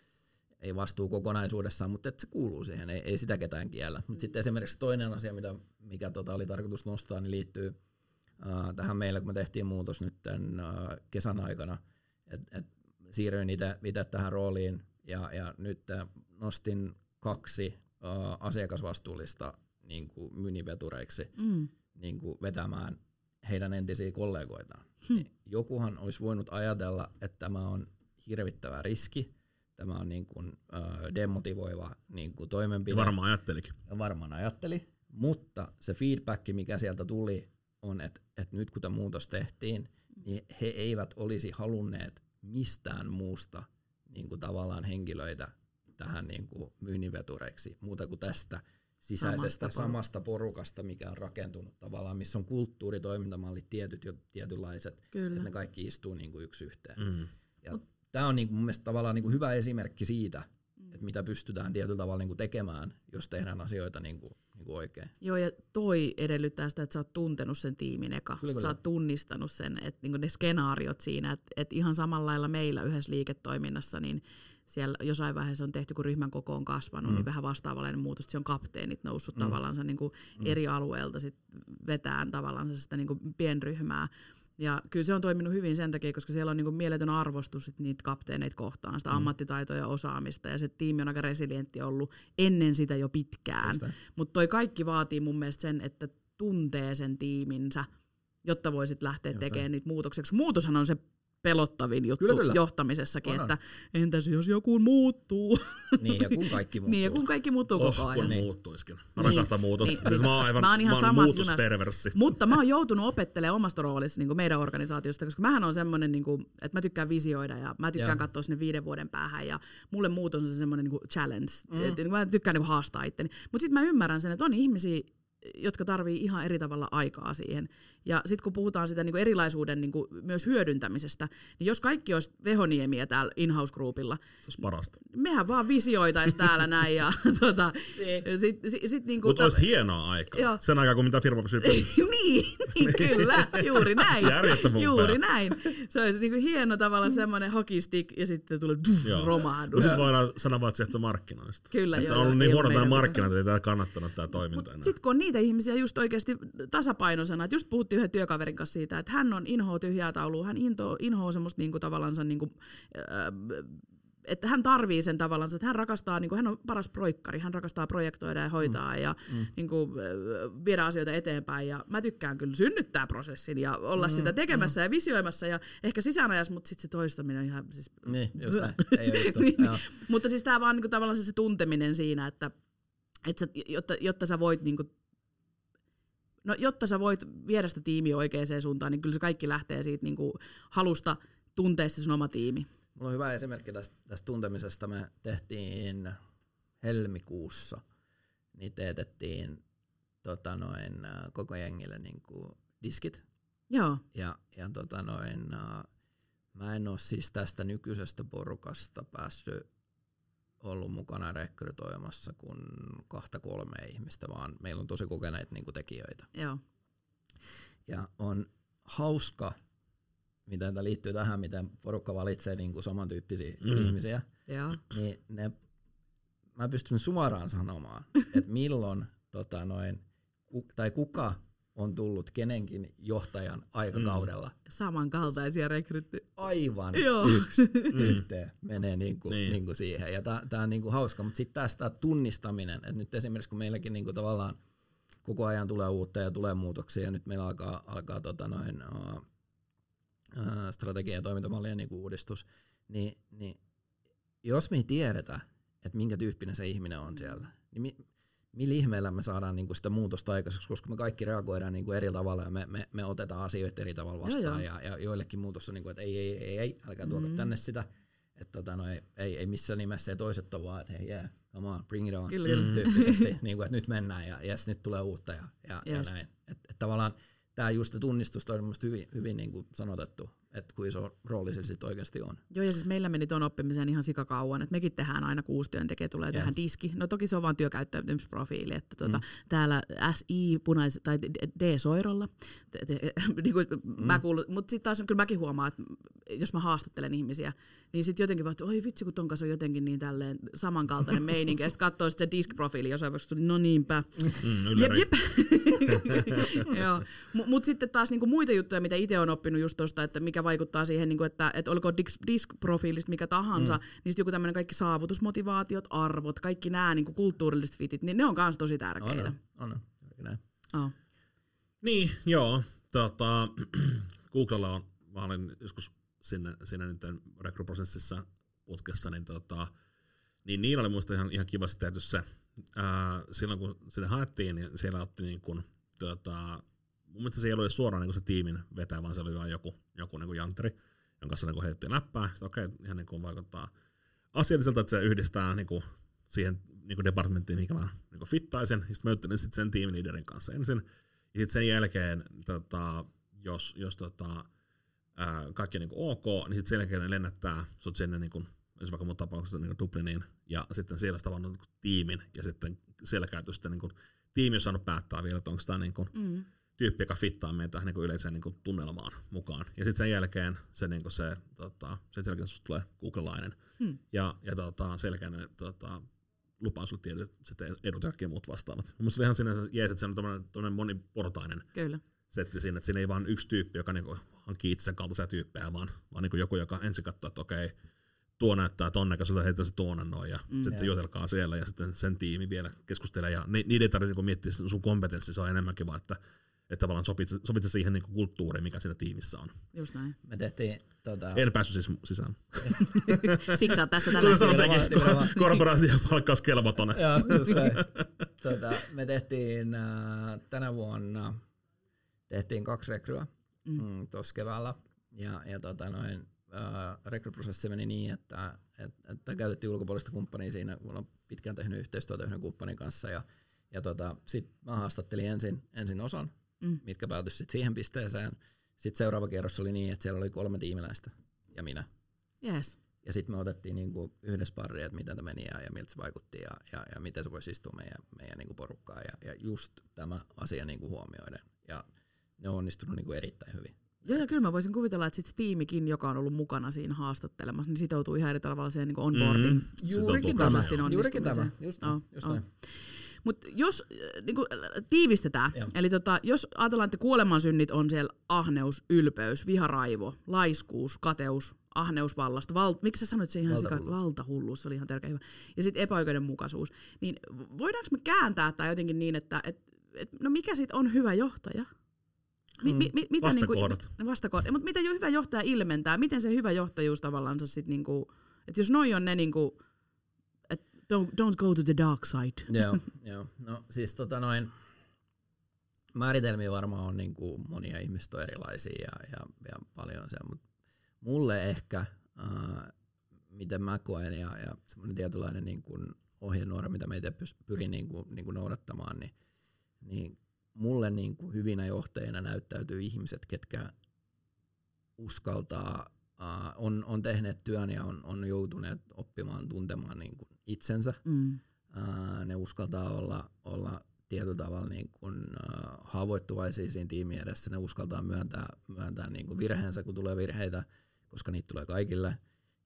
ei vastuu kokonaisuudessaan, mutta että se kuuluu siihen, ei sitä ketään kiellä. Mutta sitten esimerkiksi toinen asia, mikä oli tarkoitus nostaa, niin liittyy tähän meillä, kun me tehtiin muutos nyt kesän aikana, että siirryin itse tähän rooliin Ja nyt nostin 2 asiakasvastuullista niin kuin myynnivetureiksi niin kuin vetämään heidän entisiä kollegoitaan. Niin jokuhan olisi voinut ajatella, että tämä on hirvittävä riski, tämä on niin kuin, demotivoiva niin kuin toimenpide. Ja varmaan ajattelikin. Varmaan ajatteli, mutta se feedback, mikä sieltä tuli, on, että nyt kun tämä muutos tehtiin, niin he eivät olisi halunneet mistään muusta niin kuin tavallaan henkilöitä tähän niin kuin myynnivetureiksi, muuta kuin tästä sisäisestä samasta porukasta, mikä on rakentunut tavallaan, missä on kulttuuri, toimintamallit tietynlaiset, että ne kaikki istuu niin kuin yksi yhteen. Ja tämä on niin kuin mun mielestä tavallaan niin kuin hyvä esimerkki siitä, että mitä pystytään tietyllä tavalla niin kuin tekemään, jos tehdään asioita niin kuin oikein. Joo, ja toi edellyttää sitä, että sä oot tuntenut sen tiimin eka. Kyllä. Sä oot tunnistanut sen, että niin kuin ne skenaariot siinä, että ihan samalla lailla meillä yhdessä liiketoiminnassa, niin siellä jossain vaiheessa on tehty, kun ryhmän koko on kasvanut, niin vähän vastaavallainen muutos, se on kapteenit noussut tavallaan niin kuin eri alueelta sit vetään tavallaan sitä niin kuin pienryhmää. Ja kyllä se on toiminut hyvin sen takia, koska siellä on niin kuin mieletön arvostus niitä kapteeneita kohtaan, sitä ammattitaitoa ja osaamista, ja se tiimi on aika resilientti ollut ennen sitä jo pitkään. Mutta toi kaikki vaatii mun mielestä sen, että tuntee sen tiiminsä, jotta voisit lähteä tekemään niitä muutoksia. Muutoshan on se pelottavin juttu johtamisessakin, että entäs jos joku muuttuu? Niin, ja kun kaikki muuttuu. Niin, ja kun kaikki muuttuu koko ajan. Kun muuttuisikin. Mä rakastan muutosta. Siis mä oon ihan muutosperverssi. Mutta mä oon joutunut opettelemaan omasta roolissa niin kuin meidän organisaatiosta, koska mähän on semmoinen, niin kuin, että mä tykkään visioida ja mä tykkään katsoa sinne 5 vuoden päähän ja mulle muutos on semmoinen niin kuin challenge. Että mä tykkään niin kuin haastaa itteni. Mutta sitten mä ymmärrän sen, että on ihmisiä, jotka tarvii ihan eri tavalla aikaa siihen. Ja sitten kun puhutaan sitä niinku erilaisuuden niinku myös hyödyntämisestä, niin jos kaikki olisi Vehoniemiä täällä in-house groupilla, se olisi parasta. Mehän vaan visioitaisiin täällä näin. Ja, sit niinku, mutta olisi hienoa aikaa. Joo. Sen aikaa, kun mitä firma pysyy pelissä. niin, kyllä, juuri näin. Juuri näin. Se olisi niinku hieno tavalla semmoinen hockey stick ja sitten tulee romahdus. Sitten voidaan sanoa vaan sieltä markkinoista. Kyllä, että on ollut niin huono tämä markkinat, että ei tämä kannattanut tämä toiminta enää. Sitten kun on niitä ihmisiä just oikeasti tasapainoisena, että just puhuttiin yhden työkaverin kanssa siitä, että hän on inhoa tyhjää taulua, hän inhoa semmoista niinku tavallaan niinku, että hän tarvii sen tavallaan, että hän rakastaa, niinku, hän on paras proikkari, hän rakastaa projektoida ja hoitaa ja niinku, viedä asioita eteenpäin ja mä tykkään kyllä synnyttää prosessin ja olla sitä tekemässä ja visioimassa ja ehkä sisäänajassa, mutta sitten se toistaminen on ihan siis... Niin, just näin. Ei ole juttu. Mutta siis tää vaan niinku, tavallaan se tunteminen siinä, että jotta sä voit niinku, jotta sä voit viedä sitä tiimiä oikeaan suuntaan, niin kyllä se kaikki lähtee siitä niinku halusta tuntea se sun oma tiimi. Mulla on hyvä esimerkki tästä tuntemisesta. Me tehtiin helmikuussa, niin teetettiin koko jengille niinku diskit. Joo. Ja mä en ole siis tästä nykyisestä porukasta päässyt ollut mukana rekrytoimassa kuin 2-3 ihmistä, vaan meillä on tosi kokeneita niinku tekijöitä. Joo. Ja on hauska, miten tämä liittyy tähän, miten porukka valitsee niinku samantyyppisiä ihmisiä. Joo. Niin mä pystyn suoraan sanomaan, että milloin tai kuka on tullut kenenkin johtajan aikakaudella. Samankaltaisia rekrytty. Aivan yhteen menee niinku siihen. Ja tää on niinku hauska, mutta sitten taas tää tunnistaminen, että nyt esimerkiksi kun meilläkin niinku tavallaan koko ajan tulee uutta ja tulee muutoksia, ja nyt meillä alkaa strategia- ja toimintamallien niinku uudistus, niin jos me ei tiedetä, että minkä tyyppinen se ihminen on siellä, niin millä ihmeellä me saadaan niinku sitä muutosta aikaiseksi, koska me kaikki reagoidaan niinku eri tavalla ja me otetaan asioita eri tavalla vastaan. Ja joillekin muutos on, niinku, että ei, älkää tuoka tänne sitä, että ei missään nimessä ja toiset on vaan, että hei, come on, bring it on, tyyppisesti, niinku, että nyt mennään ja nyt tulee uutta ja näin. Että tavallaan tämä just tunnistus on mielestäni hyvin niin kuin sanotettu, että kuin iso rooli sillä sitten oikeasti on. Joo, ja siis meillä meni tuon oppimiseen ihan sikakauan, että mekin tehdään aina 6 työntekijää, tulee tähän diski. No toki se on vaan työkäyttäytymisprofiili, että täällä SI tai D-soirolla, niin kuin mä kuulun, mutta sitten taas kyllä mäkin huomaan, että jos mä haastattelen ihmisiä, niin sitten jotenkin vaan, että oi vitsi, kun ton kanssa on jotenkin niin tälleen samankaltainen meininki. Ja sitten katsoo se disk-profiili jossain vaiheessa, no niimpä. Jep. Joo. Mutta sitten taas niinku muita juttuja, mitä itse on oppinut just tuosta, että mikä vaikuttaa siihen, niinku, että olko disk-profiilista mikä tahansa, niin sitten joku tämmöinen kaikki saavutusmotivaatiot, arvot, kaikki nämä niinku kulttuurilliset fitit, niin ne on kanssa tosi tärkeitä. On. Niin, joo. Googlella on, mä olin joskus siinä nyt rekryprosessissa putkessa, niin niillä oli muista ihan kivasti tehty se, silloin kun sinne haettiin, niin siellä otti niin kuin, mun mielestä se ei ollut suoraan niin kuin se tiimin vetäjä, vaan se oli vaan joku niin kuin jantteri, jonka kanssa niin heitettiin läppää. Sitten okei, ihan niin kuin vaikuttaa asialliselta, että se yhdistää niin kuin siihen niin kuin departmenttiin, mikä mä niin kuin fittaisin. Sitten mä juttelin sit sen tiimiliiderin kanssa ensin. Ja sitten sen jälkeen, jos kaikki on niin kuin ok, niin sitten sen jälkeen ne lennättää sut sinne, niin kuin, jos vaikka mun tapauksessa niin kuin Dubliniin, ja sitten siellä sitä tavannut niin tiimin, ja sitten siellä käyty sitten niin kuin, tiimi on saanut päättää vielä, että onko tämä niin kuin, tyyppi, joka fittaa meitä niin kuin yleiseen niin kuin, tunnelmaan mukaan. Ja sitten sen jälkeen sen jälkeen susta tulee Google-lainen, ja sen jälkeen ne lupaa sulle tietyt edut ja kaikki muut vastaavat. Mun mielestä oli ihan sinänsä jees, että se on tommoinen moniportainen setti siinä, että siinä ei vaan yksi tyyppi, joka niinku hankkii itse kaltaisia tyyppejä, vaan niinku joku, joka ensin katsoo, että okei, tuo näyttää ton näköiseltä, heitä se tuonne noin, ja sitten jutelkaa siellä, ja sitten sen tiimi vielä keskustelee, ja niiden ei tarvitse niinku miettiä sun kompetenssi, se on enemmänkin vaan, että tavallaan sopit siihen niinku kulttuuriin, mikä siinä tiimissä on. Just näin. Me tehtiin En päässyt siis sisään. Siksi sä oot tässä tällä hetkellä. Korporaatio palkkaus kelvoton. Joo, just näin. Me tehtiin tänä vuonna 2 rekryä tuossa keväällä. Ja rekryprosessi meni niin, että käytettiin ulkopuolista kumppania siinä, kun olen pitkään tehnyt yhteistyötä yhden kumppanin kanssa. Ja sitten mä haastattelin ensin osan, mitkä päätyi sitten siihen pisteeseen. Sitten seuraava kierros oli niin, että siellä oli 3 tiimiläistä ja minä. Yes. Ja sitten me otettiin niinku yhdessä pariin, että miten tämä meni ja miltä se vaikutti ja miten se voisi istua meidän niinku porukkaan. Ja just tämä asia niinku huomioiden. Ja ne on onnistunut niinku erittäin hyvin. Joo, ja kyllä mä voisin kuvitella, että sit se tiimikin, joka on ollut mukana siinä haastattelemassa, niin sitoutuu ihan eri tavalla siihen niin onboarding. Juurikin tämä. Just näin. Mutta jos niin tiivistetään, eli jos ajatellaan, että kuolemansynnit on siellä ahneus, ylpeys, viharaivo, laiskuus, kateus, ahneusvallasta, miksi sä sanoit se ihan valtahulluus, se oli ihan tärkeä hyvä, ja sitten epäoikeudenmukaisuus, niin voidaanko me kääntää tämä jotenkin niin, että no mikä sitten on hyvä johtaja? Vastakohdat. Vastakohdat. Mutta mitä hyvä johtaja ilmentää? Miten se hyvä johtajuus tavallaan sitten, niinku, että jos noi on ne, niinku, että don't go to the dark side. Joo. No siis määritelmiä varmaan on niinku, monia ihmistä on erilaisia ja paljon se, mutta mulle ehkä, miten mä koen ja semmoinen tietynlainen niinku, ohjenuora, mitä meitä pyrin niinku noudattamaan, niin mulle niin kuin hyvinä johtajina näyttäytyy ihmiset, ketkä uskaltaa, on tehneet työn ja on joutuneet oppimaan tuntemaan niin kuin itsensä. Ne uskaltaa olla tietyllä tavalla niin kuin, haavoittuvaisia siinä tiimin edessä. Ne uskaltaa myöntää niin kuin virheensä, kun tulee virheitä, koska niitä tulee kaikille.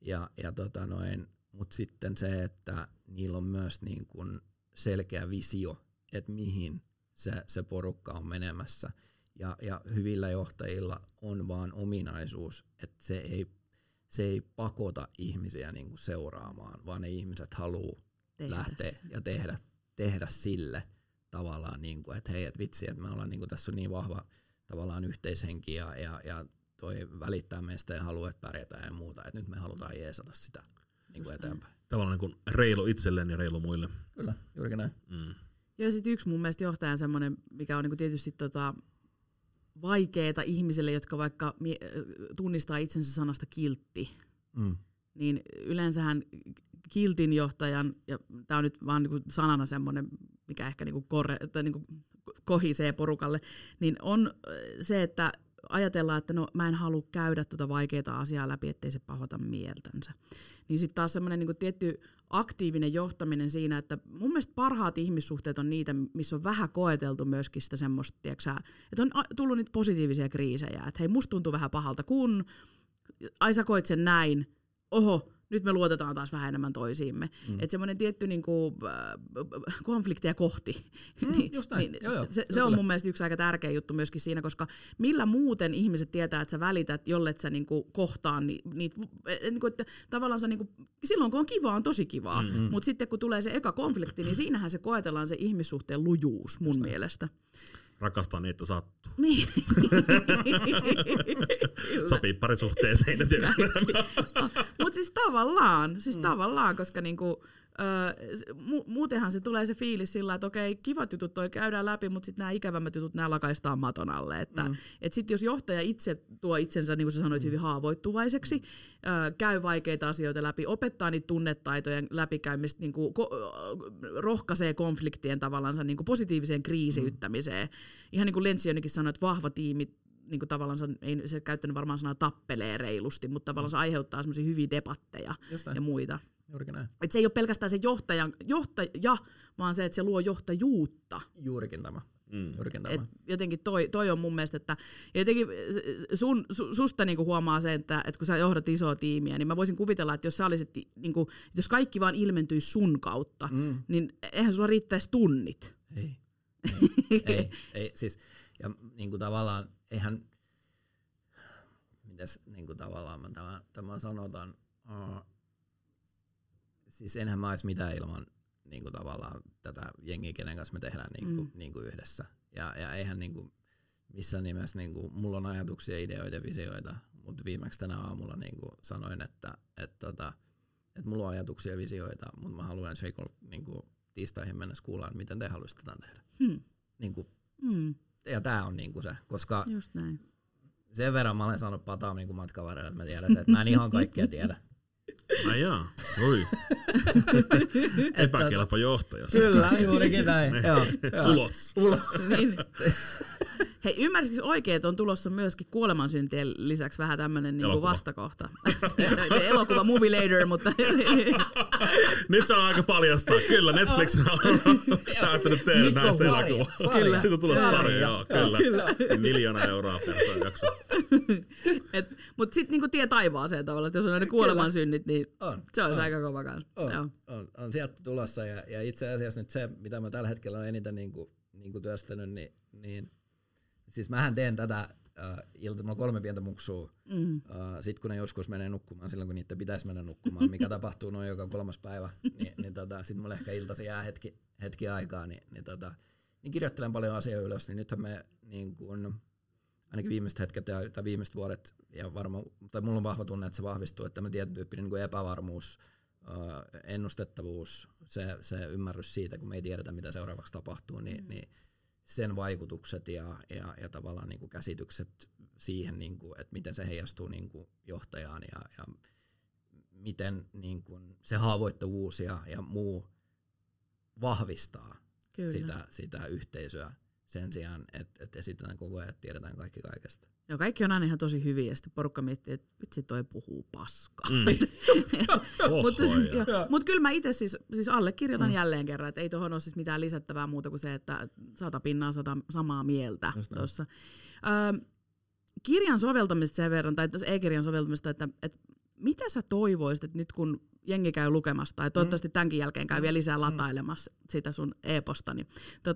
Mutta sitten se, että niillä on myös niin kuin selkeä visio, että mihin se porukka on menemässä. Ja hyvillä johtajilla on vaan ominaisuus, että se ei pakota ihmisiä niinku seuraamaan, vaan ne ihmiset haluaa lähteä ja tehdä sille tavallaan, niinku, että hei, et vitsi, että me ollaan niinku, tässä on niin vahva tavallaan yhteishenki ja toi välittää meistä ja haluaa, että pärjätään ja muuta, että nyt me halutaan jeesata sitä niinku eteenpäin. Tavallaan niin kuin reilu itselleen ja reilu muille. Kyllä, juurikin näin. Ja sitten yksi mun mielestä johtajan semmoinen, mikä on niinku tietysti vaikeeta ihmisille, jotka vaikka tunnistaa itsensä sanasta kiltti, niin yleensähän kiltin johtajan, ja tämä on nyt vaan niinku sanana semmoinen, mikä ehkä niinku kohisee porukalle, niin on se, että ajatellaan, että no mä en halua käydä tuota vaikeaa asiaa läpi, ettei se pahoita mieltänsä. Niin sitten taas semmoinen niinku tietty aktiivinen johtaminen siinä, että mun mielestä parhaat ihmissuhteet on niitä, missä on vähän koeteltu myöskin sitä semmoista, tiiäksä, että on tullut niitä positiivisia kriisejä, että hei, musta tuntuu vähän pahalta, kun ai sä koit sen näin, oho, nyt me luotetaan taas vähän enemmän toisiimme. Että semmoinen tietty niinku, konflikteja kohti. Just näin. Se on mun mielestä yksi aika tärkeä juttu myöskin siinä, koska millä muuten ihmiset tietää, että sä välität, jollet sä niinku kohtaan niitä, niinku, että tavallaan sä niinku, silloin kun on kivaa, on tosi kivaa. Mutta sitten kun tulee se eka konflikti, niin siinähän se koetellaan se ihmissuhteen lujuus mun mielestä. Rakastaa niin, että sattuu. Niin. Sopii parisuhteeseen. Mutta siis tavallaan, koska niinku, muutenhan se tulee se fiilis sillä, että okei, kivat jutut toi käydään läpi, mutta sitten nämä ikävämmät jutut, nämä lakaistaan maton alle. Että sitten jos johtaja itse tuo itsensä, niin kuin sä sanoit, hyvin haavoittuvaiseksi, käy vaikeita asioita läpi, opettaa niitä tunnetaitojen läpikäymistä, niinku, rohkaisee konfliktien tavallaan niinku positiiviseen kriisiyttämiseen. Ihan niin kuin Lencionikin sanoi, että vahva tiimi niin kuin tavallaan ei se käyttänyt varmaan sanaa tappelee reilusti, mutta tavallaan se aiheuttaa semmoisia hyviä debatteja ja muita. Et se ei ole pelkästään se johtaja, vaan se, että se luo johtajuutta. Juurikin tämä. Et jotenkin toi on mun mielestä, että jotenkin susta niinku huomaa se, että kun sä johdat isoa tiimiä, niin mä voisin kuvitella, että jos sä olisit, niinku, jos kaikki vaan ilmentyisi sun kautta, niin eihän sulla riittäisi tunnit. Ei. Siis, ja niinku tavallaan, eihän, mitäs niinku tavallaan mä tämä sanotaan, siis enhän mä ois mitään ilman niinku tavallaan tätä jengiä, kenen kanssa me tehdään niinku yhdessä. Ja eihän niinku missään nimessä niinku, mulla on ajatuksia, ideoita ja visioita, mutta viimeksi tänä aamulla niinku sanoin, että mulla on ajatuksia ja visioita, mutta mä haluan ensi viikolla niinku tiistaihin mennessä kuulla, että miten te haluaisitte tämän tehdä. Niinku, ja tää on niinku se, koska just näin. Sen verran mä olen saanut pataa niinku matkavarrella, että mä tiedän se, että mä en ihan kaikkea tiedä. Ai jaa, oi. Epäkelpo johtaja. Kyllä, juurikin näin. Ulos. Niin. Hei, ymmärsikö oikein, että on tulossa myöskin kuolemansyntien lisäksi vähän tämmönen niinku vastakohta? Elokuva Movie Later, mutta... Nyt se on aika paljastaa. Kyllä, Netflix on päättänyt tehdä näistä elokuvaa. Kyllä. Siitä on tulossa sarja, joo, kyllä. 1 miljoonaa euroa per jakso. Mutta sitten niinku tie taivaaseen tavallaan, että jos on ne kuolemansynnit, niin se olisi aika kova kanssa. On sieltä tulossa ja itse asiassa nyt se, mitä mä tällä hetkellä olen eniten niinku työstänyt, niin siis mähän teen tätä mulla on 3 pientä muksua, sit kun ne joskus menee nukkumaan, silloin kun niitä pitäisi mennä nukkumaan, mikä tapahtuu noin joka 3. päivä, niin sit mulla ehkä iltasi jää hetki aikaa, niin kirjoittelen paljon asiaa ylös, niin nythän me niin kun, ainakin viimeiset hetket tai viimeiset vuodet, ja varmaan, tai mulla on vahva tunne, että se vahvistuu, että tämä tietyn tyyppinen niin kuin epävarmuus, ennustettavuus, se ymmärrys siitä, kun me ei tiedetä, mitä seuraavaksi tapahtuu, niin sen vaikutukset ja tavallaan niin kuin käsitykset siihen, niin kuin, että miten se heijastuu niin kuin johtajaan ja miten niin kuin se haavoittuvuus ja muu vahvistaa sitä yhteisöä sen sijaan, että esitetään koko ajan, että tiedetään kaikki kaikesta. Joo, kaikki on aina ihan tosi hyviä ja sitten porukka miettii, että vitsi toi puhuu paskaa. Mutta kyllä mä itse siis allekirjoitan jälleen kerran, että ei tuohon ole siis mitään lisättävää muuta kuin se, että 100 pinnaa 100 samaa mieltä tuossa. Kirjan soveltamista sen verran, tai e-kirjan soveltamista, että mitä sä toivoisit, että nyt kun jengi käy lukemassa, tai toivottavasti tämänkin jälkeen käy vielä lisää latailemassa sitä sun e-posta, niin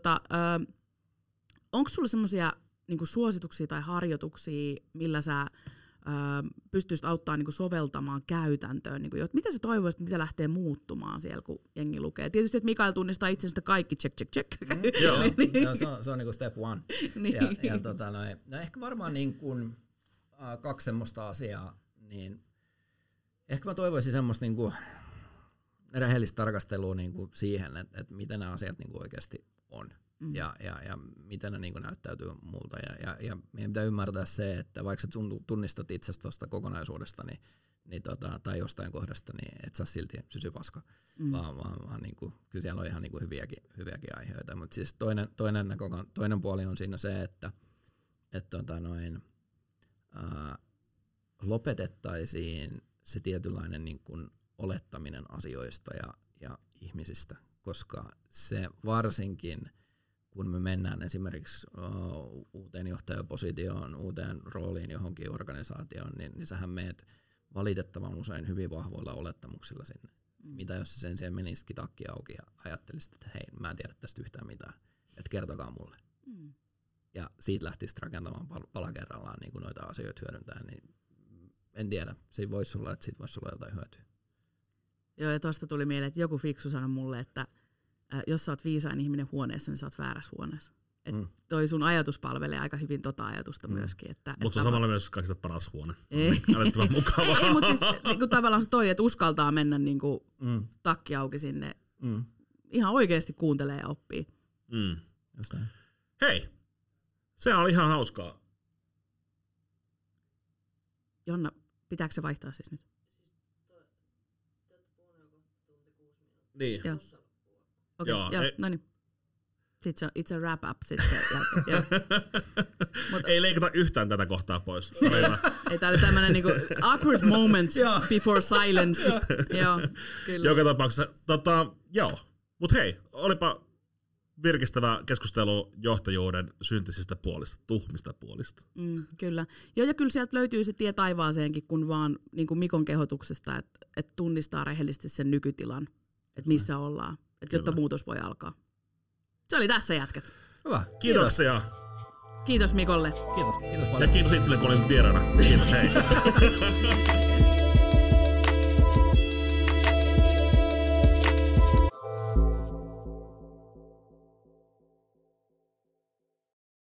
onko sulla semmoisia niinku suosituksia tai harjoituksia, millä sä pystyisit auttamaan niinku soveltamaan käytäntöön? Niinku, mitä sä toivoisit, mitä lähtee muuttumaan siellä, kun jengi lukee? Tietysti, että Mikael tunnistaa itsestä kaikki, check. Se on niinku step 1. Niin. No ehkä varmaan niin kuin, 2 semmoista asiaa, niin ehkä mä toivoisin semmoista niinku rehellistä tarkastelua niinku siihen, että miten nämä asiat niinku oikeasti on. Ja miten ne niin kuin näyttäytyy multa. Ja meidän pitää ymmärtää se, että vaikka sä tunnistat itsestä tuosta kokonaisuudesta tai jostain kohdasta, niin et saa silti sysypaska. Vaan niin kuin, kyllä siellä on ihan niin kuin hyviäkin aiheita. Mutta siis toinen puoli on siinä se, että lopetettaisiin se tietynlainen niin kuin olettaminen asioista ja ihmisistä, koska se varsinkin kun me mennään esimerkiksi uuteen johtajapositioon, uuteen rooliin johonkin organisaatioon, niin sähän meet valitettavan usein hyvin vahvoilla olettamuksilla sinne. Mitä jos sen sijaan menisikin takki auki ja ajattelisit, että hei, mä en tiedä tästä yhtään mitään, että kertokaa mulle. Ja siitä lähtisi rakentamaan pala kerrallaan niin kuin noita asioita hyödyntää, niin en tiedä. Siinä voisi olla, että siitä voisi olla jotain hyötyä. Joo, ja tuosta tuli mieleen, että joku fiksu sanoi mulle, että jos sä oot viisain ihminen huoneessa, niin sä oot väärässä huoneessa. Toi sun ajatus palvelee aika hyvin tota ajatusta myöskin. Mutta se on samalla myös kaikista paras huone. Ei, ei mutta siis niinku tavallaan se toi, että uskaltaa mennä niinku takki auki sinne. Ihan oikeasti kuuntelee ja oppii. Hei, se on ihan hauskaa. Jonna, pitääkö se vaihtaa siis nyt? Niin. Joo. Okei, no niin. Sitten it's a wrap up sitten. Ei leikata yhtään tätä kohtaa pois. Ei, tää oli tämmönen niinku awkward moment before silence. Joo, kyllä. Joka tapauksessa, joo. Mut hei, olipa virkistävä keskustelu johtajuuden syntisistä puolista, tuhmista puolista. Kyllä. Joo, ja kyllä sieltä löytyy se tie taivaaseenkin, kun vaan niin kuin Mikon kehotuksesta, että tunnistaa rehellisesti sen nykytilan, että missä ollaan, että jotta muutos voi alkaa. Se oli tässä, jätkät. Hyvä. Kiitoksia. Kiitos Mikolle. Kiitos paljon. Ja kiitos itselle, kun olin vieraana. Kiitos, hei.